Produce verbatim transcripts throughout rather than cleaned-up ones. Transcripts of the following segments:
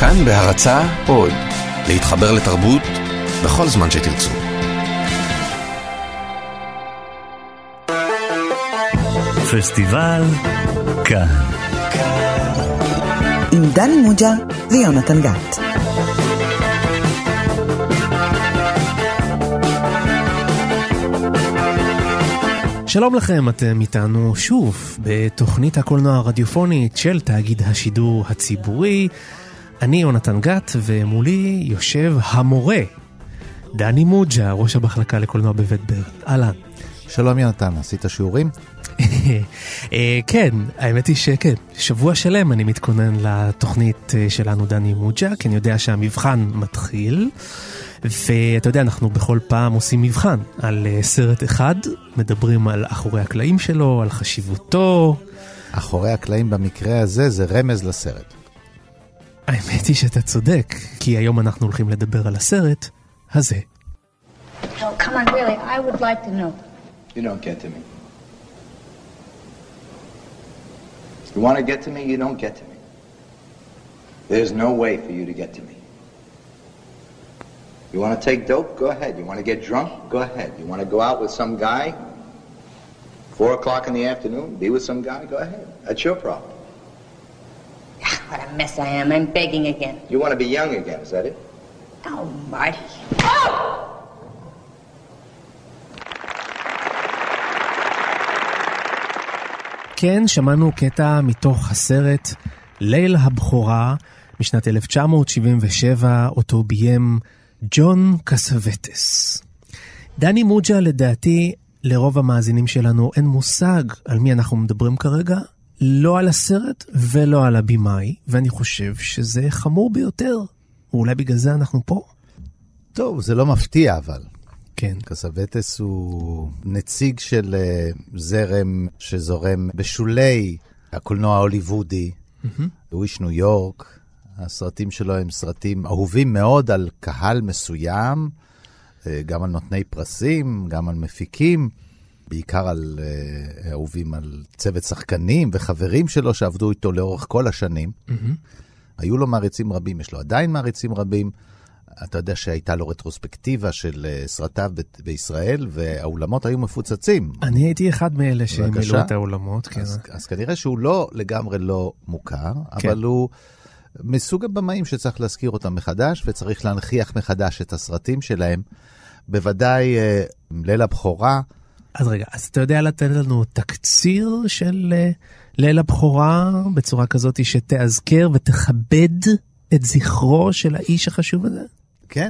כאן בהרצאה עוד, להתחבר לתרבות בכל זמן שתרצו. פסטיבל כאן. עם דני מוג'ה ויונתן גת. שלום לכם, אתם איתנו שוב בתוכנית הקולנוע הרדיופונית של תאגיד השידור הציבורי. אני יונתן גת, ומולי יושב המורה דני מוג'ה, ראש המחלקה לקולנוע בבית ברל. אהלן. שלום יונתן, עשית שיעורים? כן, האמת היא שכן. שבוע שלם אני מתכונן לתוכנית שלנו דני מוג'ה, כי אני יודע שהמבחן מתחיל. ואתה יודע, אנחנו בכל פעם עושים מבחן על סרט אחד, מדברים על אחורי הקלעים שלו, על חשיבותו. אחורי הקלעים במקרה הזה זה רמז לסרט. האמת היא שאתה צודק, כי היום אנחנו הולכים לדבר על הסרט הזה. No, come on, really, I would like to know. You don't get to me. You want to get to me, you don't get to me. There's no way for you to get to me. You want to take dope? Go ahead. You want to get drunk? Go ahead. You want to go out with some guy? Four o'clock in the afternoon? Be with some guy? Go ahead. That's your problem. What a mess I am. I'm begging again. You want to be young again, is that it? Oh, Marty. כן, שמענו קטע מתוך הסרט ליל הבכורה משנת אלף תשע מאות שבעים ושבע, אותו ביים ג'ון קסווטס. דני מוג'ה, לדעתי, לרוב המאזינים שלנו אין מושג על מי אנחנו מדברים כרגע, לא על הסרט ולא על הבימאי, ואני חושב שזה חמור ביותר. ואולי בגלל זה אנחנו פה. טוב, זה לא מפתיע אבל. כן. קסווטס הוא נציג של uh, זרם שזורם בשולי הקולנוע ההוליוודי. Mm-hmm. הוא איש ניו יורק. הסרטים שלו הם סרטים אהובים מאוד על קהל מסוים, גם על נותני פרסים, גם על מפיקים, בעיקר על uh, אהובים על צוות שחקנים וחברים שלו שעבדו איתו לאורך כל השנים. Mm-hmm. היו לו מעריצים רבים, יש לו עדיין מעריצים רבים. אתה יודע שהייתה לו רטרוספקטיבה של סרטיו ב- בישראל, והאולמות היו מפוצצים. אני הייתי אחד מאלה שמילאו את האולמות. כן. אז, אז כנראה שהוא לא לגמרי לא מוכר, כן. אבל הוא מסוג הבמאים שצריך להזכיר אותם מחדש, וצריך להנחיח מחדש את הסרטים שלהם. בוודאי אה, ליל הבכורה. אז רגע, אז אתה יודע לתת לנו תקציר של אה, ליל הבכורה, בצורה כזאת שתאזכר ותכבד את זכרו של האיש החשוב הזה? כן.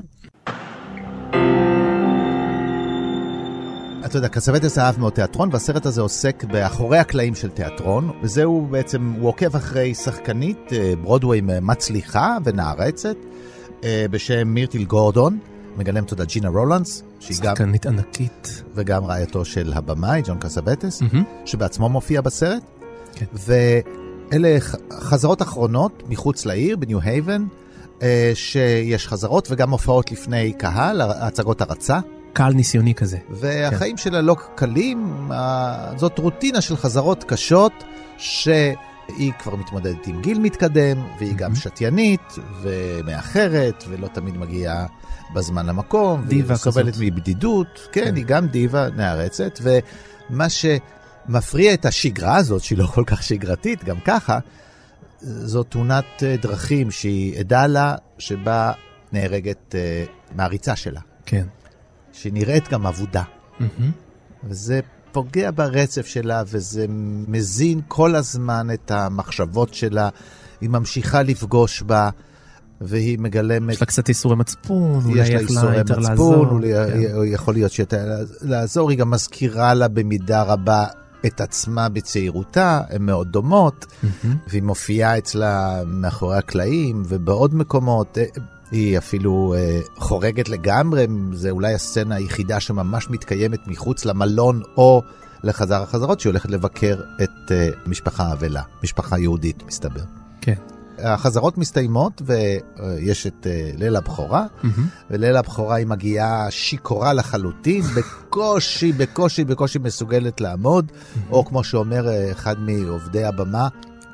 אתה יודע, קסווטס אהב מאוד תיאטרון, והסרט הזה עוסק באחורי הקלעים של תיאטרון, וזהו בעצם, הוא עוקב אחרי שחקנית ברודווי מצליחה ונערצת, בשם מירטיל גורדון, מגלמת אותה ג'ינה רולנס, שחקנית גם, ענקית. וגם רעייתו של הבמאי, ג'ון קסווטס, mm-hmm. שבעצמו מופיע בסרט, כן. ואלה חזרות אחרונות מחוץ לעיר, בניו הייבן, שיש חזרות וגם הופעות לפני קהל, הצגות הרצה. קהל ניסיוני כזה. והחיים כן. שלה לא קלים, זאת רוטינה של חזרות קשות, שהיא כבר מתמודדת עם גיל מתקדם, והיא mm-hmm. גם שתיינית ומאחרת, ולא תמיד מגיעה בזמן למקום, והיא סובלת מבדידות, כן, כן, היא גם דיבה נערצת, ומה שמפריע את השגרה הזאת, שהיא לא כל כך שגרתית, גם ככה, זו תאונת דרכים שהיא עדה לה, שבה נהרגת uh, מעריצה שלה. כן. שהיא נראית גם עבודה. Mm-hmm. וזה פוגע ברצף שלה, וזה מזין כל הזמן את המחשבות שלה. היא ממשיכה לפגוש בה, והיא מגלמת... יש לה קצת איסורי מצפון, אולי יכלה יותר לעזור. אולי כן. יכול להיות שיותר לעזור. היא גם מזכירה לה במידה רבה את עצמה בצעירותה, הן מאוד דומות, mm-hmm. והיא מופיעה אצלה מאחורי הקלעים, ובעוד מקומות, היא אפילו uh, חורגת לגמרי, זה אולי הסצנה היחידה שממש מתקיימת מחוץ למלון, או לחזר החזרות, שהיא הולכת לבקר את uh, משפחה אבלה, משפחה יהודית, מסתבר. כן. החזרות מסתיימות, ויש את uh, ליל הבכורה, mm-hmm. וליל הבכורה היא מגיעה שיקורה לחלוטין, בקושי, בקושי, בקושי מסוגלת לעמוד, mm-hmm. או כמו שאומר אחד מעובדי הבמה,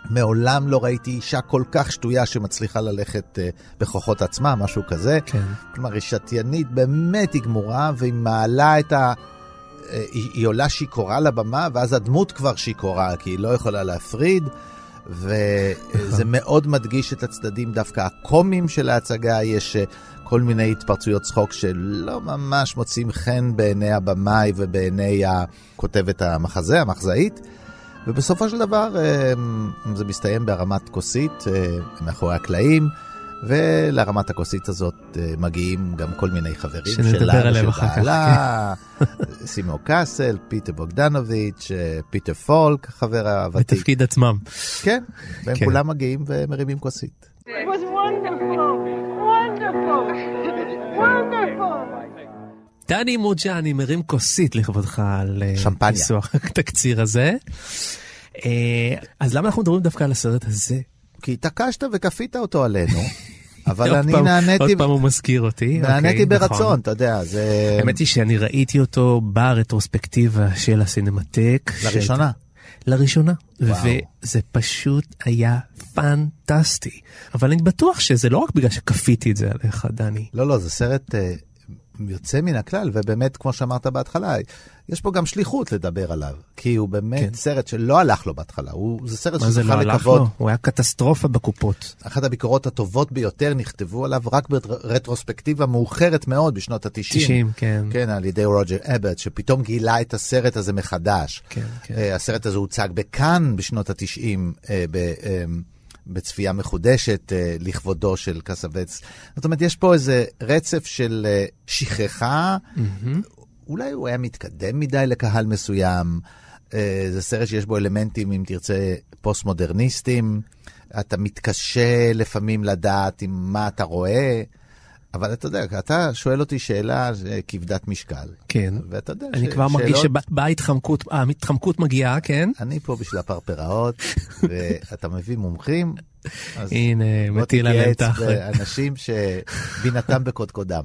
מעולם לא ראיתי אישה כל כך שטויה שמצליחה ללכת uh, בכוחות עצמה, משהו כזה. כן. כלומר, היא שתיינית, באמת היא גמורה, והיא מעלה את ה... Uh, היא, היא עולה שיכורה לבמה, ואז הדמות כבר שיכורה, כי היא לא יכולה להפריד, וזה מאוד מדגיש את הצדדים דווקא הקומיים של ההצגה. יש uh, כל מיני התפרצויות צחוק שלא ממש מוצאים חן בעיני הבמאי ובעיני הכותבת המחזה, המחזאית. ובסופו של דבר זה מסתיים בהרמת כוסית מאחורי הקלעים, ולהרמת הכוסית הזאת מגיעים גם כל מיני חברים שלה ושל בעלה, סימו קאסל, פיטר בוגדנוביץ', פיטר פולק, חבר הוותיק. בתפקיד עצמם. כן, והם כולם מגיעים ומרימים כוסית. It was wonderful, wonderful, wonderful. דני מוג'ה, אני מרים כוסית לכבודך על ניסוח התקציר הזה. אז למה אנחנו מדברים דווקא על הסרט הזה? כי התעקשת וכפית אותו עלינו, אבל אני נעניתי... עוד פעם הוא מזכיר אותי. נעניתי ברצון, אתה יודע. האמת היא שאני ראיתי אותו ברטרוספקטיבה של הסינמטק. לראשונה. לראשונה, וזה פשוט היה פנטסטי. אבל אני בטוח שזה לא רק בגלל שכפיתי את זה עליך, דני. לא, לא, זה סרט יוצא מן הכלל, ובאמת, כמו שאמרת בהתחלה, יש פה גם שליחות לדבר עליו, כי הוא באמת סרט שלא הלך לו בהתחלה, זה סרט שזכה לכבוד. הוא היה קטסטרופה בקופות. אחת הביקורות הטובות ביותר נכתבו עליו רק ברטרוספקטיבה מאוחרת מאוד בשנות ה-תשעים. תשעים, כן. כן, על ידי רוג'ר אבט, שפתאום גילה את הסרט הזה מחדש. כן, כן. הסרט הזה הוצג בכאן בשנות ה-תשעים, ב... בצפייה מחודשת uh, לכבודו של קסווטס. זאת אומרת, יש פה איזה רצף של uh, שכחה, mm-hmm. אולי הוא היה מתקדם מדי לקהל מסוים, uh, זה סרט שיש בו אלמנטים, אם תרצה, פוסט-מודרניסטים, אתה מתקשה לפעמים לדעת עם מה אתה רואה, אבל אתה יודע, אתה שואל אותי שאלה כבדת משקל. כן. ואתה יודע אני ש... כבר שאלות... מרגיש שבאה התחמקות, אה, התחמקות מגיעה, כן? אני פה בשביל הפרפראות, ואתה מביא מומחים, אז הנה, מטיל עליהם תחת. אנשים שבינתם בקודקודם.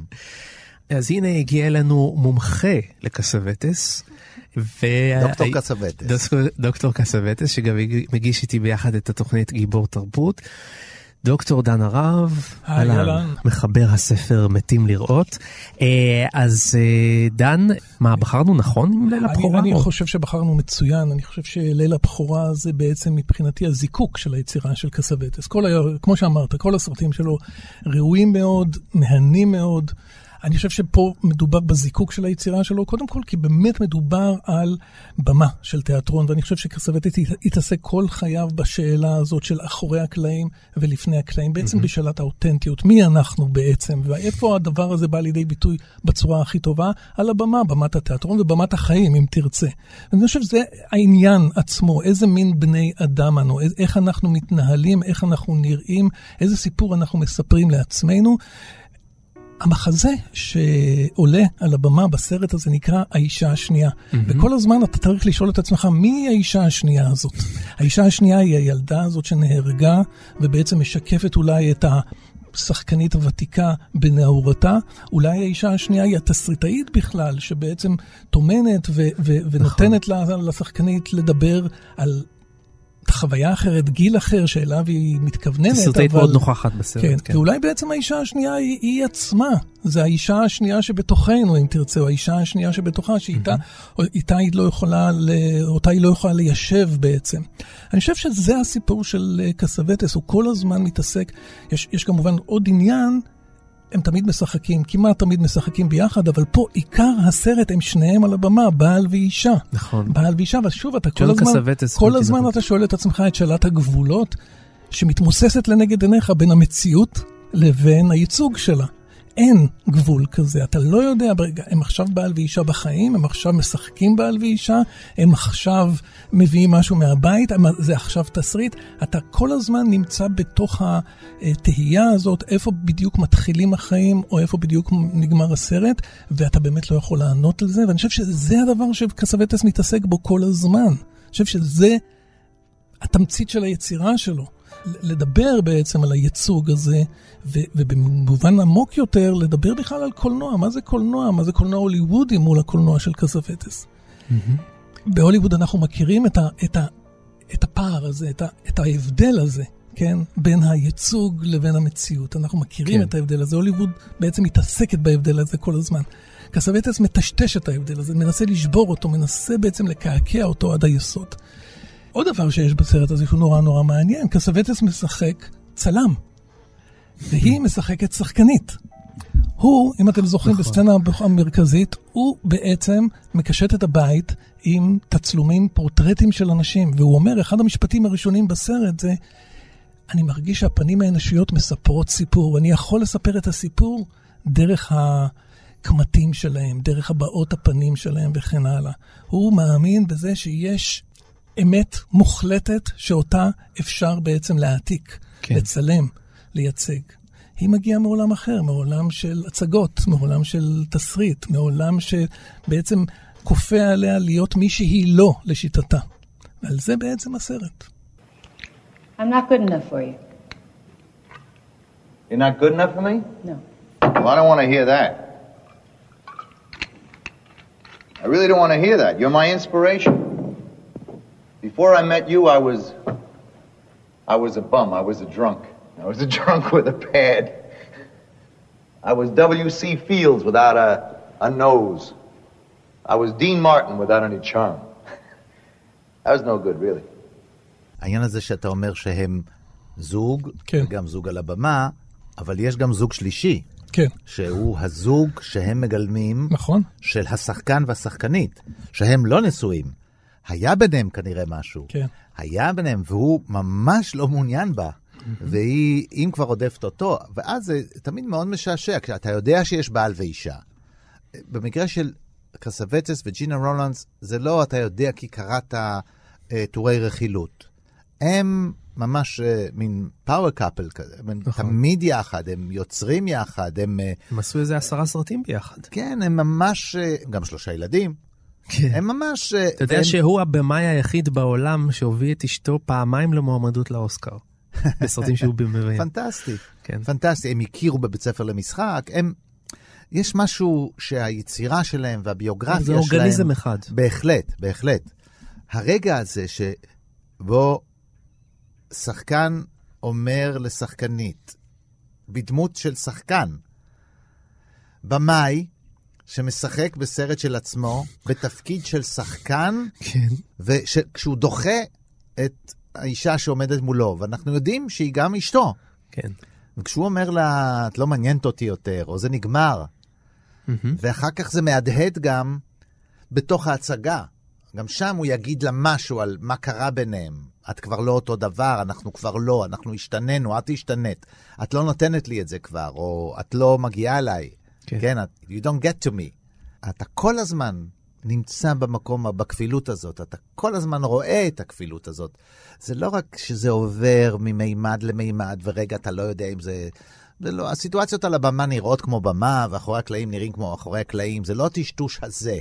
אז הנה הגיע אלינו מומחה לקסווטס, ו... דוקטור קסווטס. דוקטור קסווטס, שגם מגיש איתי ביחד את התוכנית גיבור תרבות. דוקטור דן הרב, מחבר הספר מתים לראות. אז דן, מה, בחרנו נכון עם ליל הבכורה? אני חושב שבחרנו מצוין, אני חושב שליל הבכורה זה בעצם מבחינתי הזיקוק של היצירה של קסווטס. כמו שאמרת, כל הסרטים שלו ראויים מאוד, מהנים מאוד. אני חושב שפה מדובר בזיקוק של היצירה שלו, קודם כל כי באמת מדובר על במה של תיאטרון, ואני חושב שקסווטס יתעסק כל חייו בשאלה הזאת של אחורי הקלעים ולפני הקלעים, בעצם mm-hmm. בשאלת האותנטיות, מי אנחנו בעצם, ואיפה הדבר הזה בא לידי ביטוי בצורה הכי טובה, על הבמה, במת התיאטרון ובמת החיים, אם תרצה. ואני חושב שזה העניין עצמו, איזה מין בני אדם אנו, איך אנחנו מתנהלים, איך אנחנו נראים, איזה סיפור אנחנו מספרים לעצמנו. המחזה שעולה על הבמה בסרט הזה נקרא האישה השנייה. Mm-hmm. וכל הזמן אתה צריך לשאול את עצמך, מי האישה השנייה הזאת? האישה השנייה היא הילדה הזאת שנהרגה, ובעצם משקפת אולי את השחקנית הוותיקה בנעורתה. אולי האישה השנייה היא התסריטאית בכלל, שבעצם תומנת ו- ו- ונותנת נכון. לשחקנית לדבר על... חוויה אחרת, גיל אחר שאליו היא מתכווננת. סרטית מאוד נוכחת בסרט. כן, כן. ואולי בעצם האישה השנייה היא, היא עצמה. זה האישה השנייה שבתוכנו, אם תרצה, או האישה השנייה שבתוכה, שאיתה mm-hmm. איתה היא לא יכולה, אותה היא לא יכולה ליישב בעצם. אני חושב שזה הסיפור של קסווטס, הוא כל הזמן מתעסק. יש, יש כמובן עוד עניין, הם תמיד משחקים, כמעט תמיד משחקים ביחד, אבל פה עיקר הסרט הם שניהם על הבמה, בעל ואישה. נכון. בעל ואישה, אבל שוב, אתה כל הזמן, כל הזמן אתה שואל את עצמך את שאלת הגבולות, שמתמוססת לנגד עיניך בין המציאות לבין הייצוג שלה. אין גבול כזה, אתה לא יודע, ברגע, הם עכשיו בעל ואישה בחיים, הם עכשיו משחקים בעל ואישה, הם עכשיו מביאים משהו מהבית, זה עכשיו תסריט, אתה כל הזמן נמצא בתוך התהייה הזאת, איפה בדיוק מתחילים החיים, או איפה בדיוק נגמר הסרט, ואתה באמת לא יכול לענות על זה, ואני חושב שזה הדבר שקסווטס מתעסק בו כל הזמן. אני חושב שזה התמצית של היצירה שלו. לדבר בעצם על הייצוג הזה, ו- ובמובן עמוק יותר, לדבר בכלל על קולנוע. מה זה קולנוע? מה זה קולנוע הוליוודי מול הקולנוע של קסווטס? Mm-hmm. בהוליווד אנחנו מכירים את, ה- את, ה- את הפער הזה, את, ה, את ההבדל הזה, כן? בין הייצוג לבין המציאות. אנחנו מכירים כן. את ההבדל הזה. הוליווד בעצם מתעסקת בהבדל הזה כל הזמן. קסווטס מטשטש את ההבדל הזה, מנסה לשבור אותו, מנסה בעצם לקעקע אותו עד היסוד. עוד דבר שיש בסרט הזה שהוא נורא נורא מעניין, קסווטס משחק צלם, והיא משחקת שחקנית. הוא, אם אתם זוכרים נכון. בסצנה המרכזית, הוא בעצם מקשט את הבית עם תצלומים, פורטרטים של אנשים, והוא אומר, אחד המשפטים הראשונים בסרט זה, אני מרגיש שהפנים האנושיות מספרות סיפור, ואני יכול לספר את הסיפור דרך הקמטים שלהם, דרך הבעות הפנים שלהם וכן הלאה. הוא מאמין בזה שיש אמת מוחלטת שאותה אפשר בעצם להעתיק, כן. לצלם, לייצג. היא מגיעה מעולם אחר, מעולם של הצגות, מעולם של תסריט, מעולם שבעצם כופה עליה להיות מי שהיא לא לשיטתה. ועל זה בעצם הסרט. I'm not good enough for you. You're not good enough for me? No. Well, I don't want to hear that. I really don't want to hear that. You're my inspiration. Before I met you, I was... I was a bum. I was a drunk. I was a drunk with a pad. I was W C Fields without a, a nose. I was Dean Martin without any charm. That was no good, really. העניין הזה שאתה אומר שהם זוג, כן. גם זוג על הבמה, אבל יש גם זוג שלישי. כן. שהוא הזוג שהם מגלמים, נכון. של השחקן והשחקנית, שהם לא נשואים. היה ביניהם כנראה משהו. כן. היה ביניהם, והוא ממש לא מעוניין בה. והיא, אם כבר עודפת אותו, ואז זה תמיד מאוד משעשע, כשאתה יודע שיש בעל ואישה. במקרה של קסווטס וג'ינה רולנדס, זה לא אתה יודע כי קראת uh, טורי רכילות. הם ממש uh, מין פאוור קאפל כזה, הם נכון. תמיד יחד, הם יוצרים יחד, הם... Uh, הם עשו איזה עשרה סרטים ביחד. כן, הם ממש, uh, גם שלושה ילדים. כן. הם ממש... Uh, אתה יודע והם... שהוא הבמאי היחיד בעולם שהוביל את אשתו פעמיים למועמדות לאוסקר. בסרטים שהוא במביים. פנטסטי, כן. פנטסטי. הם הכירו בבית ספר למשחק, הם... יש משהו שהיצירה שלהם והביוגרפיה שלהם... זה אורגניזם אחד. בהחלט, בהחלט. הרגע הזה שבו שחקן אומר לשחקנית, בדמות של שחקן, במאי שמשחק בסרט של עצמו, בתפקיד של שחקן, כן. וכשהוא דוחה את האישה שעומדת מולו, ואנחנו יודעים שהיא גם אשתו. כן. וכשהוא אומר לה, את לא מעניינת אותי יותר, או זה נגמר, mm-hmm. ואחר כך זה מהדהד גם בתוך ההצגה. גם שם הוא יגיד לה משהו על מה קרה ביניהם. את כבר לא אותו דבר, אנחנו כבר לא, אנחנו השתננו, את השתנית. את לא נותנת לי את זה כבר, או את לא מגיעה אליי. כן. כן, את, you don't get to me. אתה כל הזמן נמצא במקום, בכפילות הזאת. אתה כל הזמן רואה את הכפילות הזאת. זה לא רק שזה עובר ממימד למימד, ורגע אתה לא יודע אם זה... זה לא, הסיטואציות על הבמה נראות כמו במה, ואחורי הקלעים נראים כמו אחורי הקלעים. זה לא טשטוש הזה.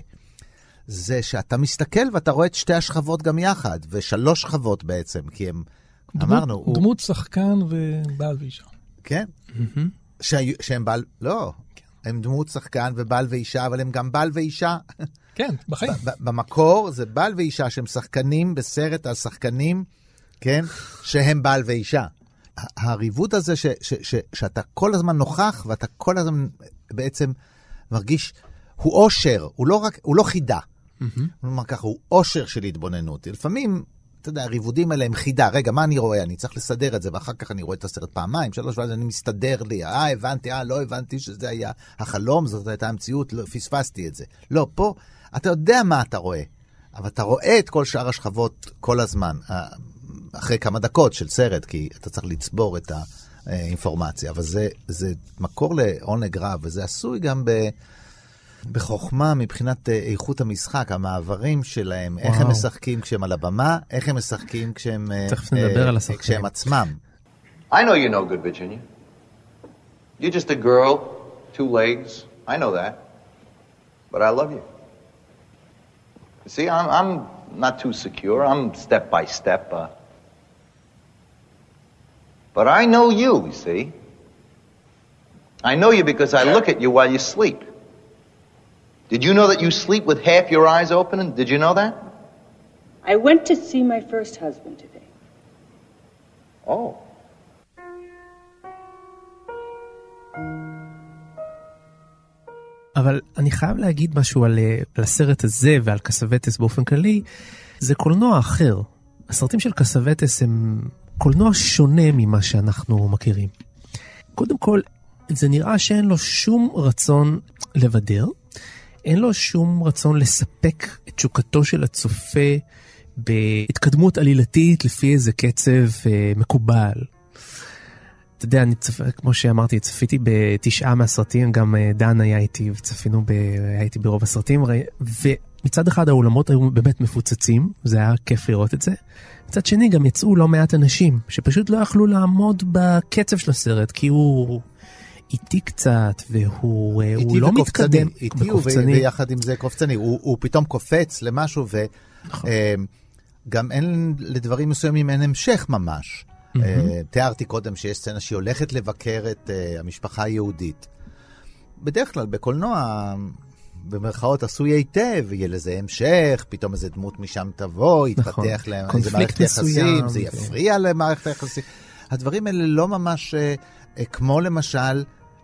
זה שאתה מסתכל ואתה רואה את שתי השכבות גם יחד, ושלוש שכבות בעצם, כי הם, דמות, אמרנו... דמות הוא... שחקן ובעל ואישה. כן. Mm-hmm. ש... שהם בעל... לא. כן. הם דמות שחקן ובעל ואישה, אבל הם גם בעל ואישה. כן, בחיים. במקור זה בעל ואישה שהם שחקנים בסרט על שחקנים, כן, שהם בעל ואישה. הריבוד הזה ש, ש, ש, שאתה כל הזמן נוכח, ואתה כל הזמן בעצם מרגיש, הוא אושר, הוא לא, רק, הוא לא חידה. Mm-hmm. הוא אומר ככה, הוא אושר של התבוננות. לפעמים, אתה יודע, הריבודים האלה הם חידה. רגע, מה אני רואה? אני צריך לסדר את זה, ואחר כך אני רואה את הסרט פעמיים, שלוש, ואז אני מסתדר לי. אה, הבנתי, אה, לא הבנתי שזה היה החלום, זאת הייתה המציאות, לא, פספסתי את זה. לא, פה, אתה יודע מה אתה רואה, אבל אתה רואה את כל שאר השכבות כל הזמן, אחרי כמה דקות של סרט, כי אתה צריך לצבור את האינפורמציה, אבל זה, זה מקור לעונג רב, וזה עשוי גם ב... בחוכמה מבחינת איכות המשחק, המעברים שלהם, וואו. איך הם משחקים כשהם על הבמה, איך הם משחקים כשהם, תכף נדבר על השחקים. כשהם עצמם. I know you're no good, Virginia. You're just a girl, two legs. I know that. But I love you. You see, I'm, I'm not too secure. I'm step by step. Uh, but I know you, you see. I know you because I look at you while you sleep. Did you know that you sleep with half your eyes open? Did you know that? I went to see my first husband today. Oh. אבל אני חייב להגיד משהו על, על הסרט הזה ועל קסווטס באופן כללי. זה קולנוע אחר. הסרטים של קסווטס הם קולנוע שונה ממה שאנחנו מכירים. קודם כל, זה נראה שאין לו שום רצון לבדר, אין לו שום רצון לספק את תשוקתו של הצופה בהתקדמות עלילתית לפי איזה קצב אה, מקובל. אתה יודע, אני צפ... כמו שאמרתי, צפיתי בתשעה מהסרטים, גם דן היה איתי וצפינו ב... היה איתי ברוב הסרטים, ומצד אחד האולמות היו באמת מפוצצים, זה היה כיף לראות את זה. מצד שני גם יצאו לא מעט אנשים, שפשוט לא יכלו לעמוד בקצב של הסרט, כי הוא איטי קצת, והוא הוא לא מתקדם. איטי וקופצני. ויחד עם זה קופצני, הוא, הוא פתאום קופץ למשהו, וגם נכון. אין לדברים מסוימים אין המשך ממש. Mm-hmm. תיארתי קודם שיש סצנה שהיא הולכת לבקר את uh, המשפחה היהודית. בדרך כלל בקולנוע, במרכאות עשוי היטב, יהיה לזה המשך, פתאום איזה דמות משם תבוא, נכון. יתפתח לאיזה מערכת יחסים, זה יפריע ו... למערכת היחסים. הדברים האלה לא ממש, uh, כמו למשל,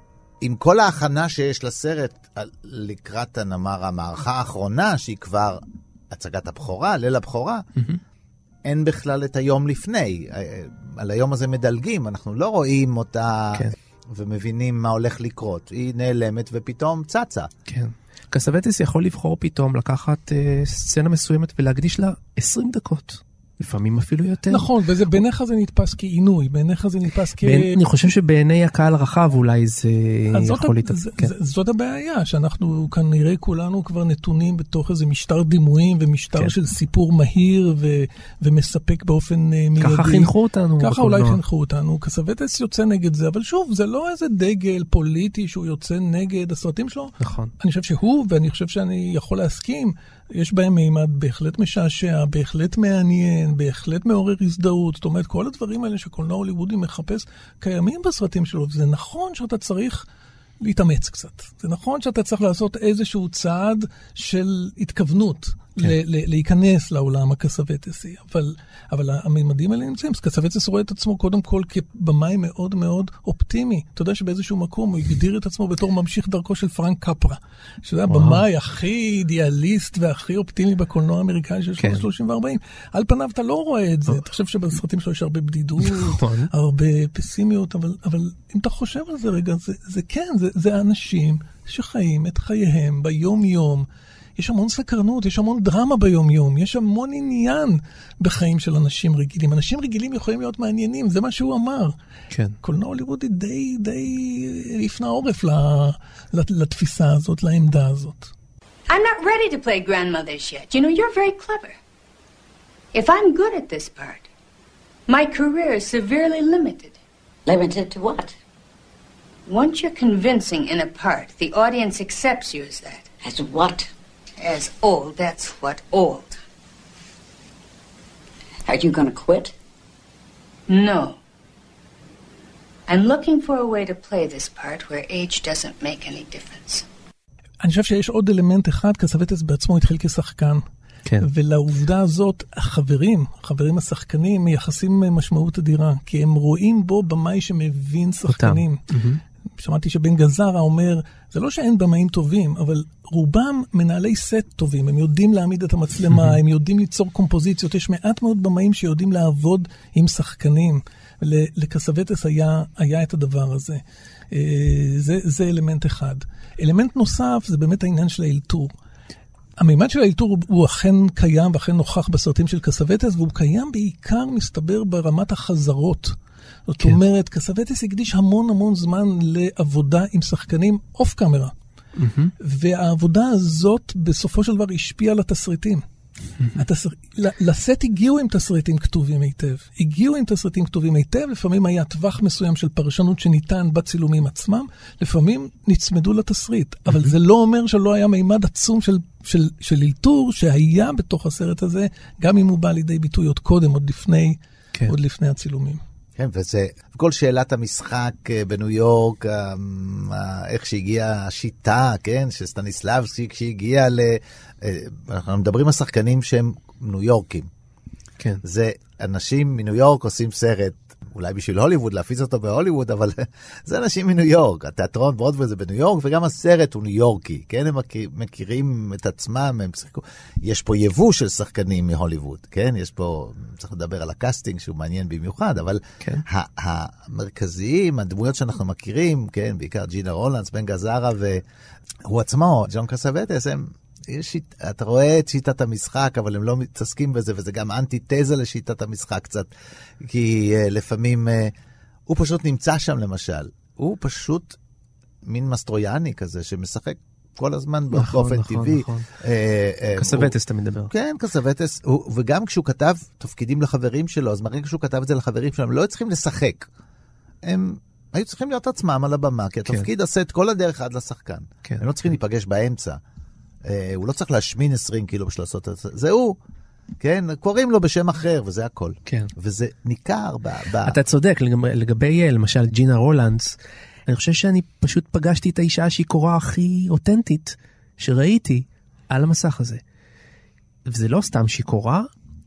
עם כל ההכנה שיש לסרט, לקראת הנאמר המערכה האחרונה, שהיא כבר הצגת הבכורה, ליל הבכורה, mm-hmm. אין בכלל את היום לפני. על היום הזה מדלגים, אנחנו לא רואים אותה כן. ומבינים מה הולך לקרות. היא נעלמת ופתאום צצה. כן. קסווטס יכול לבחור פתאום לקחת אה, סצנה מסוימת ולהקדיש לה עשרים דקות. לפעמים אפילו יותר. נכון, וזה בעיניך זה נתפס כעינוי, בעיניך זה נתפס כ... אני חושב שבעיני הקהל הרחב אולי זה יכול להתאפס. כן. זאת הבעיה, שאנחנו כנראה כולנו כבר נתונים בתוך איזה משטר דימויים, ומשטר כן. של סיפור מהיר ו... ומספק באופן מיידי. ככה חינכו אותנו. ככה אולי חינכו אותנו. קסווטס יוצא נגד זה, אבל שוב, זה לא איזה דגל פוליטי שהוא יוצא נגד הסרטים שלו. נכון. אני חושב שהוא, ואני חושב שאני יכול להסכים, יש בהם מימד בהחלט משעשע, בהחלט מעניין, בהחלט מעורר הזדהות. זאת אומרת, כל הדברים האלה שקולנוע הוליוודי מחפש קיימים בסרטים שלו. זה נכון שאתה צריך להתאמץ קצת. זה נכון שאתה צריך לעשות איזשהו צעד של התכוונות כן. ל- ל- להיכנס לעולם הקסווטסי. אבל, אבל הממדים האלה נמצאים. קסווטס רואה את עצמו קודם כל כבמאי מאוד מאוד אופטימי. אתה יודע שבאיזשהו מקום הוא הגדיר את עצמו בתור ממשיך דרכו של פרנק קפרה. שזה הבמאי הכי אידיאליסט והכי אופטימי בקולנוע האמריקאי של כן. שלושים וארבעים. על פניו אתה לא רואה את זה. אתה חושב שבסרטים שלו יש הרבה בדידות, הרבה פסימיות, אבל, אבל אם אתה חושב על זה רגע, זה, זה כן, זה, זה האנשים שחיים את חייהם ביום יום. יש המון סקרנות, יש המון דרמה ביום יום, יש המון עניין בחיים של אנשים רגילים. אנשים רגילים יכולים להיות מעניינים, זה מה שהוא אמר. כן. קולנוע הוליוודי די, די הפנה עורף לתפיסה הזאת, לעמדה הזאת. I'm not ready to play grandmothers yet. You know, you're very clever. If I'm good at this part, my career is severely limited. Limited to what? Once you're convincing in a part, the audience accepts you as that. As what? As old, that's what old. Are you going to quit? No. I'm looking for a way to play this part where age doesn't make any difference. אני חושב שיש עוד אלמנט אחד, קסווטס בעצמו התחיל כשחקן. כן. ולעובדה הזאת, החברים, החברים השחקנים, מייחסים משמעות אדירה, כי הם רואים בו במאי שמבין שחקנים. Mm-hmm. שמעתי שבן גזרה אומר, זה לא שאין במאים טובים, אבל רובם מנהלי סט טובים, הם יודעים להעמיד את המצלמה, הם יודעים ליצור קומפוזיציות, יש מעט מאוד במאים שיודעים לעבוד עם שחקנים. לקסווטס היה, היה את הדבר הזה. זה, זה אלמנט אחד. אלמנט נוסף זה באמת העניין של האלתור. המימד של האלתור הוא אכן קיים ואכן נוכח בסרטים של קסווטס, והוא קיים בעיקר מסתבר ברמת החזרות. זאת כן. אומרת, קסווטס הקדיש המון המון זמן לעבודה עם שחקנים אוף קאמרה. Mm-hmm. והעבודה הזאת בסופו של דבר השפיעה על התסריטים. Mm-hmm. התסר... לסט הגיעו עם תסריטים כתובים היטב. הגיעו עם תסריטים כתובים היטב, לפעמים היה טווח מסוים של פרשנות שניתן בצילומים עצמם, לפעמים נצמדו לתסריט. Mm-hmm. אבל זה לא אומר שלא היה מימד עצום של, של, של אלתור שהיה בתוך הסרט הזה, גם אם הוא בא לידי ביטוי עוד קודם, עוד לפני, כן. עוד לפני הצילומים. כן, וזה, כל שאלת המשחק בניו יורק, איך שהגיעה השיטה, כן, שסטניסלבסקי, כשהגיע ל... אנחנו מדברים על שחקנים שהם ניו יורקים. כן. זה אנשים מניו יורק עושים סרט, אולי בשביל הוליווד, להפיץ אותו בהוליווד, אבל זה אנשים מניו יורק. התיאטרון ברודווי זה בניו יורק, וגם הסרט הוא ניו יורקי. כן, הם מכירים את עצמם, הם צריכים... יש פה יבוא של שחקנים מהוליווד, כן? יש פה, צריך לדבר על הקאסטינג שהוא מעניין במיוחד, אבל כן. המרכזיים, הדמויות שאנחנו מכירים, כן, בעיקר ג'ינה רולנדס, בן גזרה, והוא עצמו, ג'ון קסווטס, הם... יש, אתה רואה את שיטת המשחק, אבל הם לא מתעסקים בזה, וזה גם אנטי-תזה לשיטת המשחק קצת, כי uh, לפעמים uh, הוא פשוט נמצא שם למשל. הוא פשוט מין מסטרויאני כזה, שמשחק כל הזמן נכון, באופן נכון, טבעי. נכון. Uh, uh, קסווטס אתה מדבר. כן, קסווטס, הוא, וגם כשהוא כתב תפקידים לחברים שלו, אז מראה כשהוא כתב את זה לחברים שלו, הם לא צריכים לשחק. הם... היו צריכים להיות עצמם על הבמה, כי התפקיד כן. עושה את כל הדרך עד לשחקן. כן. הם לא צריכים כן. להיפגש באמצע. הוא לא צריך להשמין עשרים קילו בשביל לעשות את זה. זה הוא, כן? קוראים לו בשם אחר, וזה הכל. כן. וזה ניכר ב... ב... אתה צודק, לגבי, למשל, ג'ינה רולנדס, אני חושב שאני פשוט פגשתי את האישה השיכורה הכי אותנטית שראיתי על המסך הזה. וזה לא סתם שיכורה,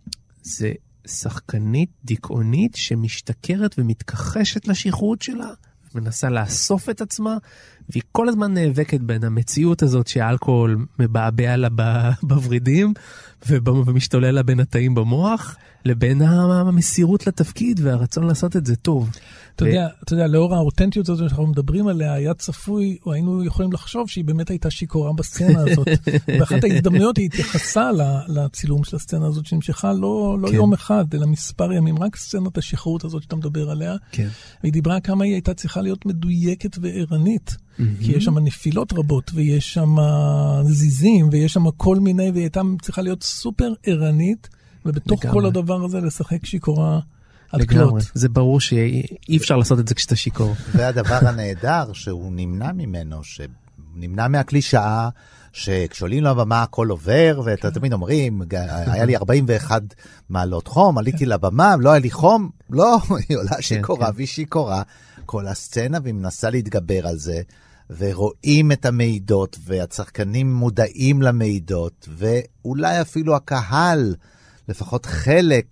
זה שחקנית דיכאונית שמשתכרת ומתכחשת לשכרות שלה, מנסה לאסוף את עצמה, והיא כל הזמן נאבקת בין המציאות הזאת שהאלכוהול מבעבע לה בוורידים, ומשתולל לה בין התאים במוח, לבין המסירות לתפקיד והרצון לעשות את זה טוב. אתה יודע, אתה יודע, לאור האותנטיות הזאת שאנחנו מדברים עליה, היה צפוי, או היינו יכולים לחשוב שהיא באמת הייתה שיכורה בסצנה הזאת. ואחת ההזדמנויות היא התייחסה לצילום של הסצנה הזאת, שנמשכה לא יום אחד, אלא מספר ימים, רק סצנת השחרות הזאת שאתה מדבר עליה. והיא דיברה כמה היא הייתה צריכה להיות מדויקת וערנית. כי יש שם נפילות רבות, ויש שם זיזים, ויש שם כל מיני, והיא הייתה צריכה להיות סופר ערנית, ובתוך כל הדבר הזה לשחק שיכורה עד כלות. זה ברור שאי אפשר לעשות את זה כשאתה שיקור. והדבר הנהדר שהוא נמנע ממנו, שנמנע מהקלישאה, שכשעולים לבמה הכל עובר, ואתה תמיד אומרים, היה לי ארבעים ואחת מעלות חום, עליתי לבמה, לא היה לי חום, לא, היא עולה שיקורה והיא שיקורה, כל הסצנה, והיא מנסה להתגבר על זה, ורואים את המידות, והצרכנים מודעים למידות, ואולי אפילו הקהל, לפחות חלק,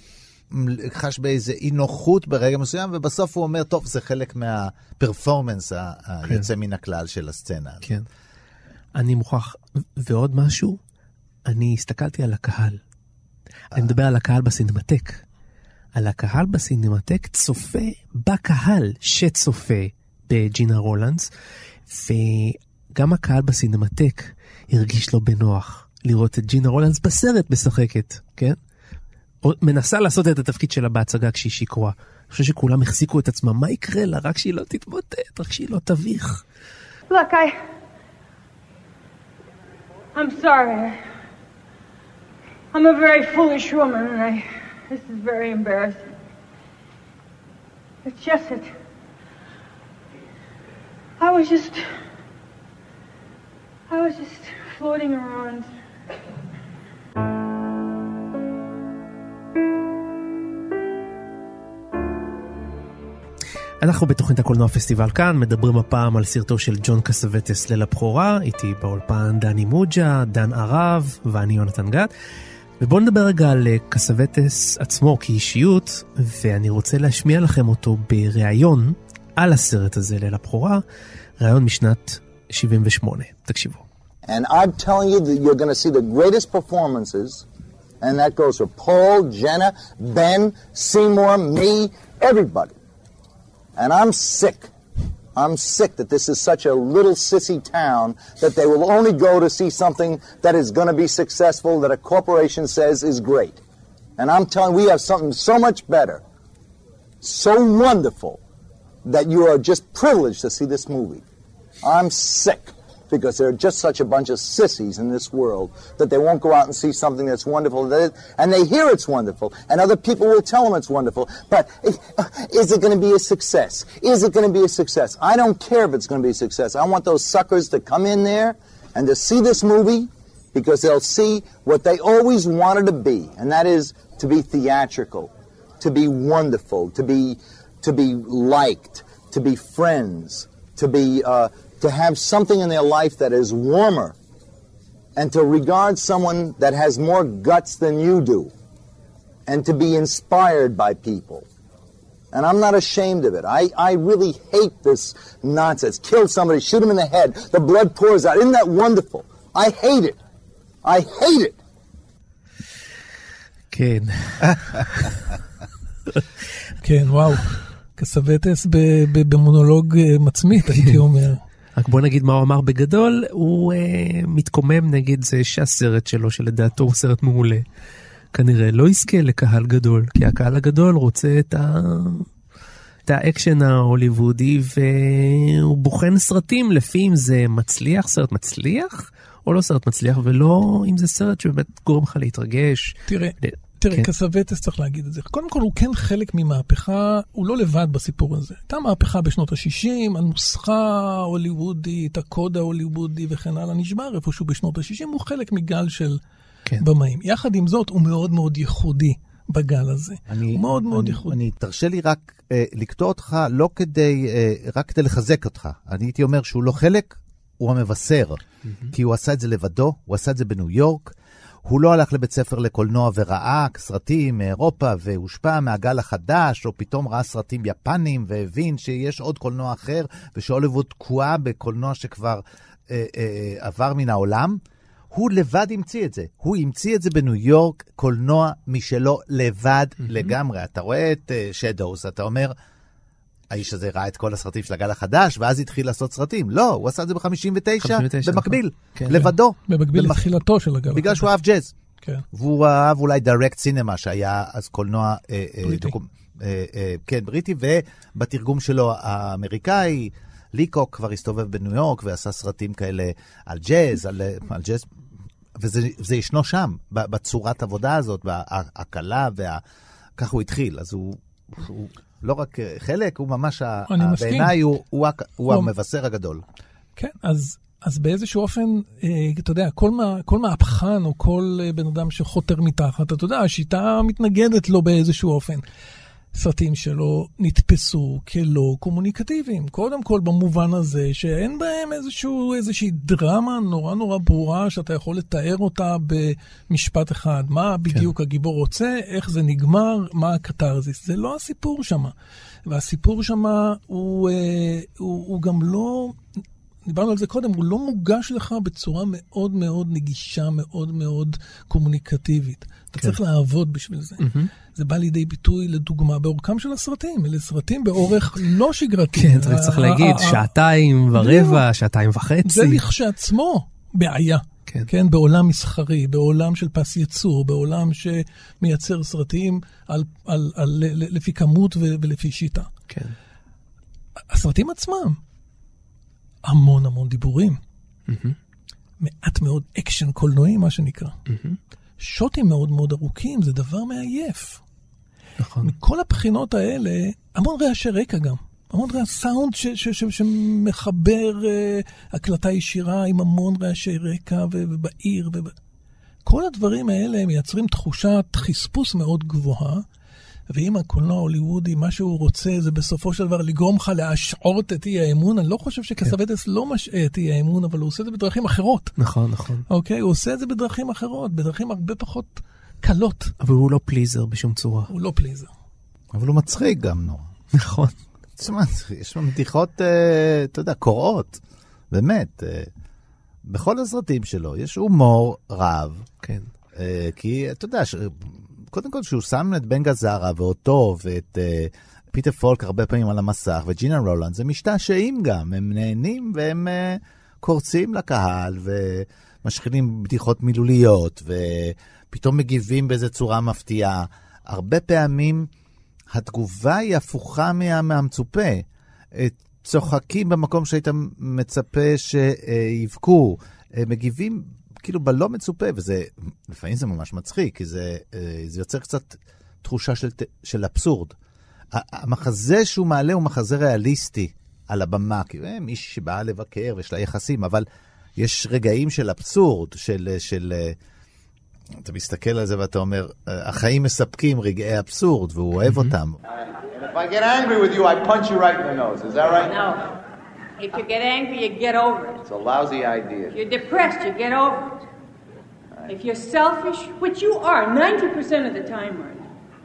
חש באיזה אי נוחות ברגע מסוים, ובסוף הוא אומר, טוב, זה חלק מהפרפורמנס היוצא מן הכלל של הסצנה. כן. אני מוכרח, ועוד משהו, אני הסתכלתי על הקהל. אני מדבר על הקהל בסינמטק. על הקהל בסינמטק צופה בקהל שצופה בג'ינה רולנדס, וגם הקהל בסינמטק הרגיש לו בנוח לראות את ג'ינה רולנדס בסרט משחקת, כן? או מנסה לעשות את התפקיד שלה בהצגה כשהיא שיקורה. אני חושב שכולם החזיקו את עצמם, מה יקרה לה? רק שהיא לא תתמוטט, רק שהיא לא תביך. Look, I... I'm sorry. I'm a very foolish woman, and I... This is very embarrassing. It's just that... I was just... I was just floating around. אנחנו בתוכנית הקולנוע פסטיבל כאן, מדברים הפעם על סרטו של ג'ון קסווטס ליל הבכורה, איתי באולפן דני מוג'ה, דן ערב ואני יונתן גת. ובואו נדבר רגע על קסווטס עצמו כאישיות, ואני רוצה להשמיע לכם אותו בראיון על הסרט הזה ליל הבכורה, ראיון משנת שבעים ושמונה. תקשיבו. And I'm telling you that you're going to see the greatest performances, and that goes for Paul, Jenna, Ben, Seymour, me, everybody. And I'm sick. I'm sick that this is such a little sissy town that they will only go to see something that is going to be successful, that a corporation says is great. And I'm telling you, we have something so much better, so wonderful, that you are just privileged to see this movie. I'm sick because there are just such a bunch of sissies in this world that they won't go out and see something that's wonderful, and they hear it's wonderful, and other people will tell them it's wonderful, but is it going to be a success? Is it going to be a success? I don't care if it's going to be a success. I want those suckers to come in there and to see this movie because they'll see what they always wanted to be, and that is to be theatrical, to be wonderful, to be, to be liked, to be friends, to be, uh, to have something in their life that is warmer, and to regard someone that has more guts than you do, and to be inspired by people. And I'm not ashamed of it. I, I really hate this nonsense. Kill somebody, shoot him in the head, the blood pours out. Isn't that wonderful? I hate it. I hate it. כן. כן, וואו. קסווטס במונולוג מצמית, הייתי אומר. רק בוא נגיד מה הוא אמר בגדול, הוא uh, מתקומם נגד זה שהסרט שלו, שלדעתו הוא סרט מעולה. כנראה לא יזכה לקהל גדול, כי הקהל הגדול רוצה את, ה... את האקשן ההוליוודי, והוא בוחן סרטים לפי אם זה מצליח, סרט מצליח, או לא סרט מצליח, ולא אם זה סרט שבאמת גורם לך להתרגש. תראה, תראה, כן. קסווטס צריך להגיד את זה. קודם כל הוא כן חלק ממהפכה, הוא לא לבד בסיפור הזה. הייתה מהפכה בשנות ה-שישים, הנוסחה ההוליוודית, הקוד ההוליוודי וכן הלאה נשבר איפשהו בשנות ה-שישים, הוא חלק מגל של כן. במאים. יחד עם זאת, הוא מאוד מאוד ייחודי בגל הזה. אני, הוא מאוד מאוד אני, ייחודי. אני תרשה לי רק אה, לקטוע אותך, לא כדי, אה, רק כדי לחזק אותך. אני הייתי אומר שהוא לא חלק, הוא המבשר. Mm-hmm. כי הוא עשה את זה לבדו, הוא עשה את זה בניו יורק, הוא לא הלך לבית ספר לקולנוע וראה סרטים מאירופה והושפע מהגל החדש, או פתאום ראה סרטים יפנים והבין שיש עוד קולנוע אחר, ושהוליווד תקועה בקולנוע שכבר אה, אה, עבר מן העולם. הוא לבד המציא את זה. הוא המציא את זה בניו יורק, קולנוע משלו לבד mm-hmm. לגמרי. אתה רואה את uh, Shadows, אתה אומר, האיש הזה ראה את כל הסרטים של הגל החדש, ואז התחיל לעשות סרטים. לא, הוא עשה את זה ב-חמישים ותשע, במקביל, כן. לבדו. במקביל במח... לתחילתו של הגל החדש. בגלל שהוא אהב ג'אז. כן. והוא אהב אולי direct cinema, שהיה אז קולנוע אה, בריטי. דוקום, אה, אה, כן, בריטי, ובתרגום שלו האמריקאי, ליקוק כבר הסתובב בניו יורק, ועשה סרטים כאלה על ג'אז, על, על ג'אז, וזה זה ישנו שם, בצורת עבודה הזאת, בהקלה, וה... כך הוא התחיל. אז הוא, הוא לא רק חלק, הוא ממש, בעיניי הוא, הוא, הוא, הוא המבשר הגדול. כן, אז, אז באיזשהו אופן, אה, אתה יודע, כל, מה, כל מהפכן, או כל בן אדם שחותר מתחת, אתה יודע, השיטה מתנגדת לו באיזשהו אופן. סרטים שלו נתפסו כלא קומוניקטיביים. קודם כל במובן הזה שאין בהם איזשהו, איזושהי דרמה נורא נורא ברורה שאתה יכול לתאר אותה במשפט אחד. מה בדיוק כן. הגיבור רוצה, איך זה נגמר, מה הקטרזיס. זה לא הסיפור שמה. והסיפור שמה הוא, הוא, הוא גם לא, דיברנו על זה קודם, הוא לא מוגש לך בצורה מאוד מאוד נגישה, מאוד מאוד קומוניקטיבית. אתה צריך לעבוד בשביל זה. זה בא לידי ביטוי, לדוגמה, באורכם של הסרטים. אלה סרטים באורך לא שגרתי. כן, אתה צריך להגיד, שעתיים ורבע, שעתיים וחצי. זה לכשעצמו בעיה. כן, בעולם מסחרי, בעולם של פס יצור, בעולם שמייצר סרטים לפי כמות ולפי שיטה. כן. הסרטים עצמם, המון המון דיבורים. מעט מאוד אקשן קולנועי, מה שנקרא. שוטים מאוד מאוד ארוכים, זה דבר מעייף. נכון. מכל הבחינות האלה, המון רעשי רקע גם. המון רעשי סאונד ש- ש- ש- שמחבר uh, הקלטה ישירה עם המון רעשי רקע ו- ובעיר. וב... כל הדברים האלה מייצרים תחושת חספוס מאוד גבוהה, ואם הקולנוע ההוליוודי, מה שהוא רוצה זה בסופו של דבר לגרום לך להשעות את אי האמון. אני לא חושב שקסווטס לא משעה את אי האמון, אבל הוא עושה את זה בדרכים אחרות. נכון, נכון. אוקיי, הוא עושה את זה בדרכים אחרות, בדרכים הרבה פחות קלות. אבל הוא לא פליזר בשום צורה. הוא לא פליזר. אבל הוא מצחיק גם נורא. נכון. תשמע, יש לו מתיחות, אתה יודע, קוראות. באמת. בכל הסרטים שלו יש הומור רב. כן. כי, אתה יודע, קודם כל שהוא שם את בן גזרה ואותו ואת uh, פיטר פולק הרבה פעמים על המסך וג'ינה רולנד, זה משתעשעים גם, הם נהנים והם uh, קורצים לקהל ומשחילים בדיחות מילוליות ופתאום מגיבים באיזו צורה מפתיעה. הרבה פעמים התגובה היא הפוכה מה, מהמצופה. צוחקים במקום שהיית מצפה שיבכו, מגיבים כאילו בלא מצופה, וזה, לפעמים זה ממש מצחיק, כי זה, זה יוצר קצת תחושה של, של אבסורד. המחזה שהוא מעלה הוא מחזה ריאליסטי על הבמה, כי הם מישהו שבא לבקר ויש לה יחסים, אבל יש רגעים של אבסורד, של, של אתה מסתכל על זה ואתה אומר, החיים מספקים רגעי אבסורד, והוא אוהב אותם. And if I get angry with you, I punch you right in the nose. Is that right? No. If you get angry, you get over it. It's a lousy idea. If you're depressed, you get over it. Right. If you're selfish, which you are ninety percent of the time, Martin,